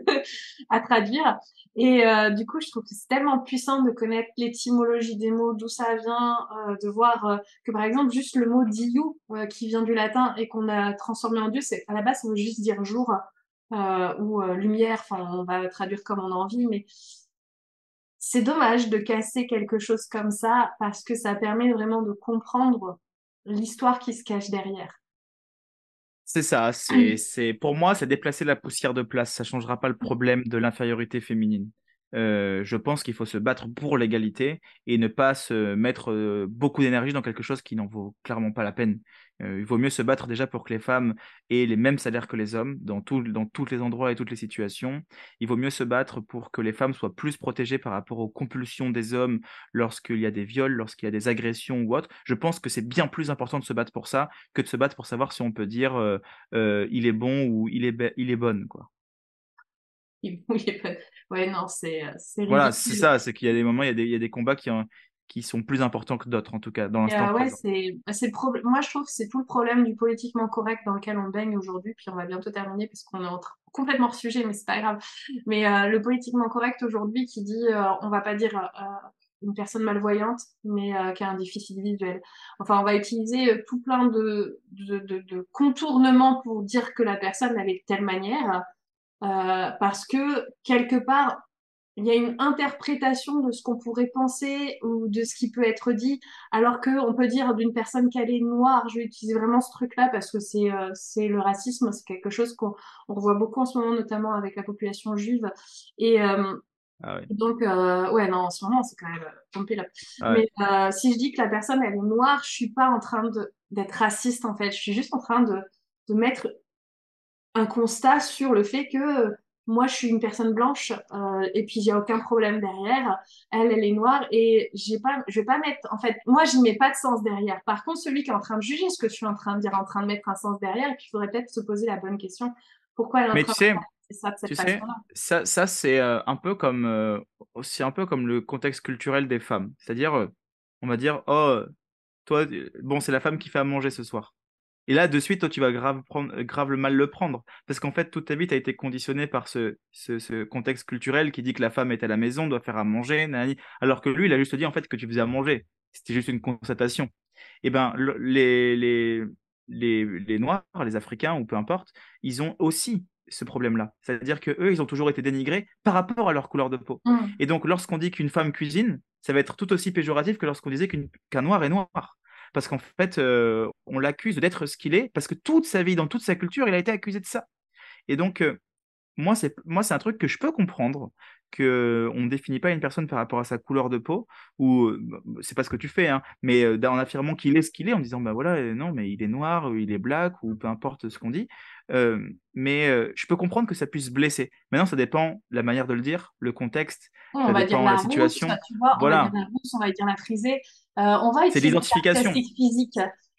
à traduire. Et euh, du coup, je trouve que c'est tellement puissant de connaître l'étymologie des mots, d'où ça vient, euh, de voir euh, que par exemple juste le mot Diou, euh, qui vient du latin et qu'on a transformé en Dieu, c'est à la base ça veut juste dire jour euh, ou euh, lumière. Enfin, on va traduire comme on a envie, mais c'est dommage de casser quelque chose comme ça parce que ça permet vraiment de comprendre l'histoire qui se cache derrière. C'est ça, c'est, c'est, pour moi, c'est déplacer la poussière de place. Ça changera pas le problème de l'infériorité féminine. Euh, je pense qu'il faut se battre pour l'égalité et ne pas se mettre euh, beaucoup d'énergie dans quelque chose qui n'en vaut clairement pas la peine. Euh, il vaut mieux se battre déjà pour que les femmes aient les mêmes salaires que les hommes dans tout, dans tous les endroits et toutes les situations. Il vaut mieux se battre pour que les femmes soient plus protégées par rapport aux compulsions des hommes lorsqu'il y a des viols, lorsqu'il y a des agressions ou autre. Je pense que c'est bien plus important de se battre pour ça que de se battre pour savoir si on peut dire euh, euh, il est bon ou il est, be- il est bonne, quoi. Oui, ouais, non, c'est euh, c'est Voilà, c'est ridicule. ça, c'est qu'il y a des moments, il y a des, il y a des combats qui, ont- qui sont plus importants que d'autres, en tout cas, dans Et, l'instant euh, ouais, présent. c'est, bah, c'est le problème. Moi, je trouve que c'est tout le problème du politiquement correct dans lequel on baigne aujourd'hui. Puis on va bientôt terminer parce qu'on est en train- complètement hors sujet, mais c'est pas grave. Mais euh, le politiquement correct aujourd'hui qui dit, euh, on va pas dire euh, une personne malvoyante, mais euh, qui a un déficit visuel. Enfin, on va utiliser euh, tout plein de, de, de, de contournements pour dire que la personne elle est de telle manière, euh, parce que quelque part il y a une interprétation de ce qu'on pourrait penser ou de ce qui peut être dit, alors que on peut dire d'une personne qu'elle est noire. Je vais utiliser vraiment ce truc-là parce que c'est euh, c'est le racisme, c'est quelque chose qu'on on revoit beaucoup en ce moment, notamment avec la population juive. Et euh, Ah ouais. donc euh, ouais, non, en ce moment c'est quand même euh, pompé là. Ah Mais ouais. euh, si je dis que la personne elle est noire, je suis pas en train de d'être raciste en fait. Je suis juste en train de de mettre un constat sur le fait que euh, moi je suis une personne blanche euh, et puis il y a aucun problème derrière. Elle, elle est noire et j'ai pas, je vais pas mettre, en fait, moi je mets pas de sens derrière. Par contre, celui qui est en train de juger ce que je suis en train de dire, en train de mettre un sens derrière, et puis il faudrait peut-être se poser la bonne question. Pourquoi elle est en Mais train tu de sais, faire ça de cette tu sais, façon-là? ça, ça c'est euh, un peu comme, euh, aussi un peu comme le contexte culturel des femmes. C'est-à-dire, euh, on va dire, oh, toi, euh, bon, c'est la femme qui fait à manger ce soir. Et là, de suite, toi, tu vas grave, prendre, euh, grave le mal le prendre. Parce qu'en fait, toute ta vie, tu as été conditionné par ce, ce, ce contexte culturel qui dit que la femme est à la maison, doit faire à manger, nanani. Alors que lui, il a juste dit en fait que tu faisais à manger. C'était juste une constatation. Et ben, le- les, les, les, les Noirs, les Africains ou peu importe, ils ont aussi ce problème-là. C'est-à-dire que eux, ils ont toujours été dénigrés par rapport à leur couleur de peau. Hmm. Et donc, lorsqu'on dit qu'une femme cuisine, ça va être tout aussi péjoratif que lorsqu'on disait qu'une- qu'un noir est noir. Parce qu'en fait, euh, on l'accuse d'être ce qu'il est, parce que toute sa vie, dans toute sa culture, il a été accusé de ça. Et donc, euh, moi, c'est moi, c'est un truc que je peux comprendre, que on ne définit pas une personne par rapport à sa couleur de peau, ou euh, bah, c'est pas ce que tu fais, hein, mais euh, en affirmant qu'il est ce qu'il est, en disant, bah voilà, euh, non, mais il est noir, ou il est black, ou peu importe ce qu'on dit. Euh, mais euh, je peux comprendre que ça puisse blesser. Maintenant, ça dépend la manière de le dire, le contexte, Ouais, on ça va dire dépend la la rousse, situation. tu vois, on va dire Voilà, la rousse, on va dire la frisée. Euh, on va c'est de utiliser des l'identification. caractéristiques physiques.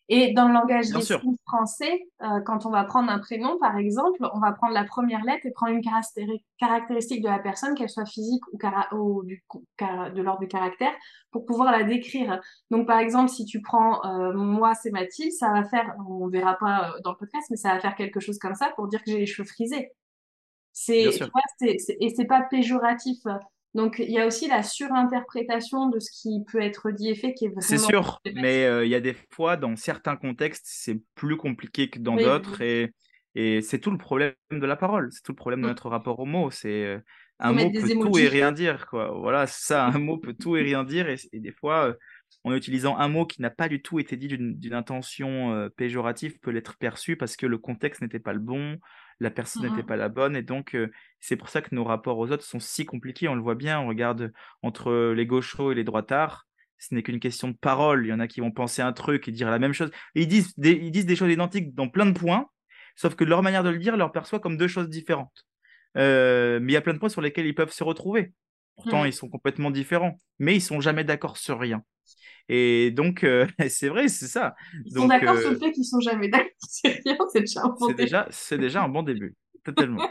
Et dans le langage Bien des sûr, signes français, euh, quand on va prendre un prénom, par exemple, on va prendre la première lettre et prendre une caractéri- caractéristique de la personne, qu'elle soit physique ou, cara- ou du, cara- de l'ordre du caractère, pour pouvoir la décrire. Donc, par exemple, si tu prends euh, moi, c'est Mathilde, ça va faire, on verra pas euh, dans le podcast, mais ça va faire quelque chose comme ça pour dire que j'ai les cheveux frisés. bien C'est, tu sûr. vois, c'est, c'est- et c'est pas péjoratif. Donc, il y a aussi la surinterprétation de ce qui peut être dit et fait qui est C'est vraiment sûr, mais problématique. euh, il y a des fois, dans certains contextes, c'est plus compliqué que dans Oui, oui, d'autres, oui. et, et c'est tout le problème de la parole, c'est tout le problème de Mm. notre rapport au mot. C'est euh, Faut un mettre mot des peut tout et emojis. rien dire, quoi. Voilà, c'est ça, un mot peut tout et rien dire, et, et des fois, euh, en utilisant un mot qui n'a pas du tout été dit d'une d'une intention euh, péjorative, peut l'être perçu parce que le contexte n'était pas le bon, la Mm, personne n'était mm. pas la bonne, et donc euh, c'est pour ça que nos rapports aux autres sont si compliqués. On le voit bien, on regarde entre les gauchos et les droitards, ce n'est qu'une question de parole. Il y en a qui vont penser un truc et dire la même chose. Et ils disent des, ils disent des choses identiques dans plein de points, sauf que leur manière de le dire leur perçoit comme deux choses différentes. Euh, mais il y a plein de points sur lesquels ils peuvent se retrouver. Pourtant, ils Mm. sont complètement différents, mais ils sont jamais d'accord sur rien. Et donc, euh, c'est vrai, c'est ça. Ils sont Donc, d'accord sur euh, le fait qu'ils sont jamais d'accord. C'est rien, c'est déjà un bon c'est début. déjà, c'est déjà un bon début, totalement.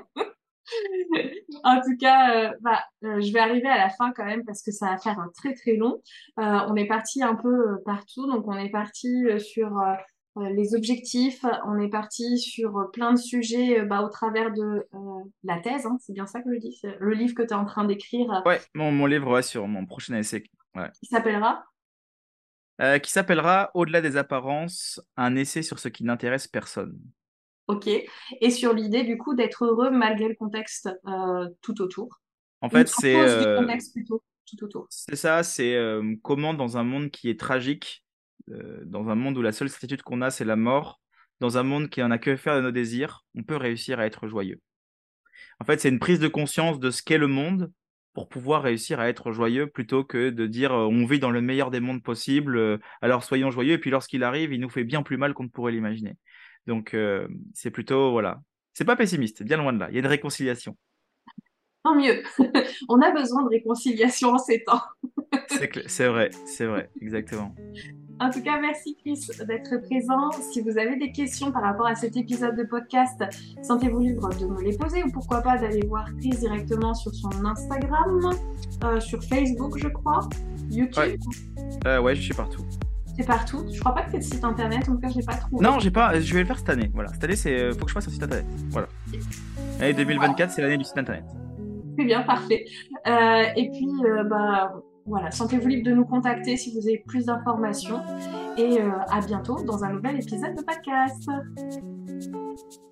En tout cas, euh, bah, euh, je vais arriver à la fin quand même parce que ça va faire un très très long. Euh, on est parti un peu euh, partout, donc on est parti euh, sur euh, euh, les objectifs, on est parti sur euh, plein de sujets euh, bah, au travers de euh, la thèse, hein, c'est bien ça que je dis, c'est le livre que tu es en train d'écrire euh, Ouais, mon, mon livre, ouais, sur mon prochain essai. Ouais. qui s'appellera. Euh, qui s'appellera Au-delà des apparences, un essai sur ce qui n'intéresse personne. Ok. Et sur l'idée du coup d'être heureux malgré le contexte euh, tout autour. En Ou fait, à c'est cause du euh, contexte plutôt tout autour. c'est ça, c'est euh, comment dans un monde qui est tragique, euh, dans un monde où la seule certitude qu'on a, c'est la mort, dans un monde qui en a que faire de nos désirs, on peut réussir à être joyeux. En fait, c'est une prise de conscience de ce qu'est le monde pour pouvoir réussir à être joyeux plutôt que de dire euh, on vit dans le meilleur des mondes possibles, euh, alors soyons joyeux, et puis lorsqu'il arrive, il nous fait bien plus mal qu'on ne pourrait l'imaginer. Donc, euh, c'est plutôt, voilà. C'est pas pessimiste, bien loin de là. Il y a une réconciliation. Tant mieux. On a besoin de réconciliation en ces temps. C'est cl- c'est vrai, c'est vrai, exactement. En tout cas, merci Chris d'être présent. Si vous avez des questions par rapport à cet épisode de podcast, sentez-vous libre de me les poser ou pourquoi pas d'aller voir Chris directement sur son Instagram, euh, sur Facebook, je crois, Ouais, YouTube, euh, ouais, je suis partout. c'est partout. Je crois pas que tu aies de site internet, en tout cas, je l'ai pas trouvé. Non, j'ai pas, je vais le faire cette année. Voilà, cette année, c'est, euh, faut que je fasse un site internet. Voilà. L'année deux mille vingt-quatre, c'est l'année du site internet. C'est bien, parfait. Euh, et puis, euh, bah, voilà, sentez-vous libre de nous contacter si vous avez plus d'informations. Et euh, à bientôt dans un nouvel épisode de podcast.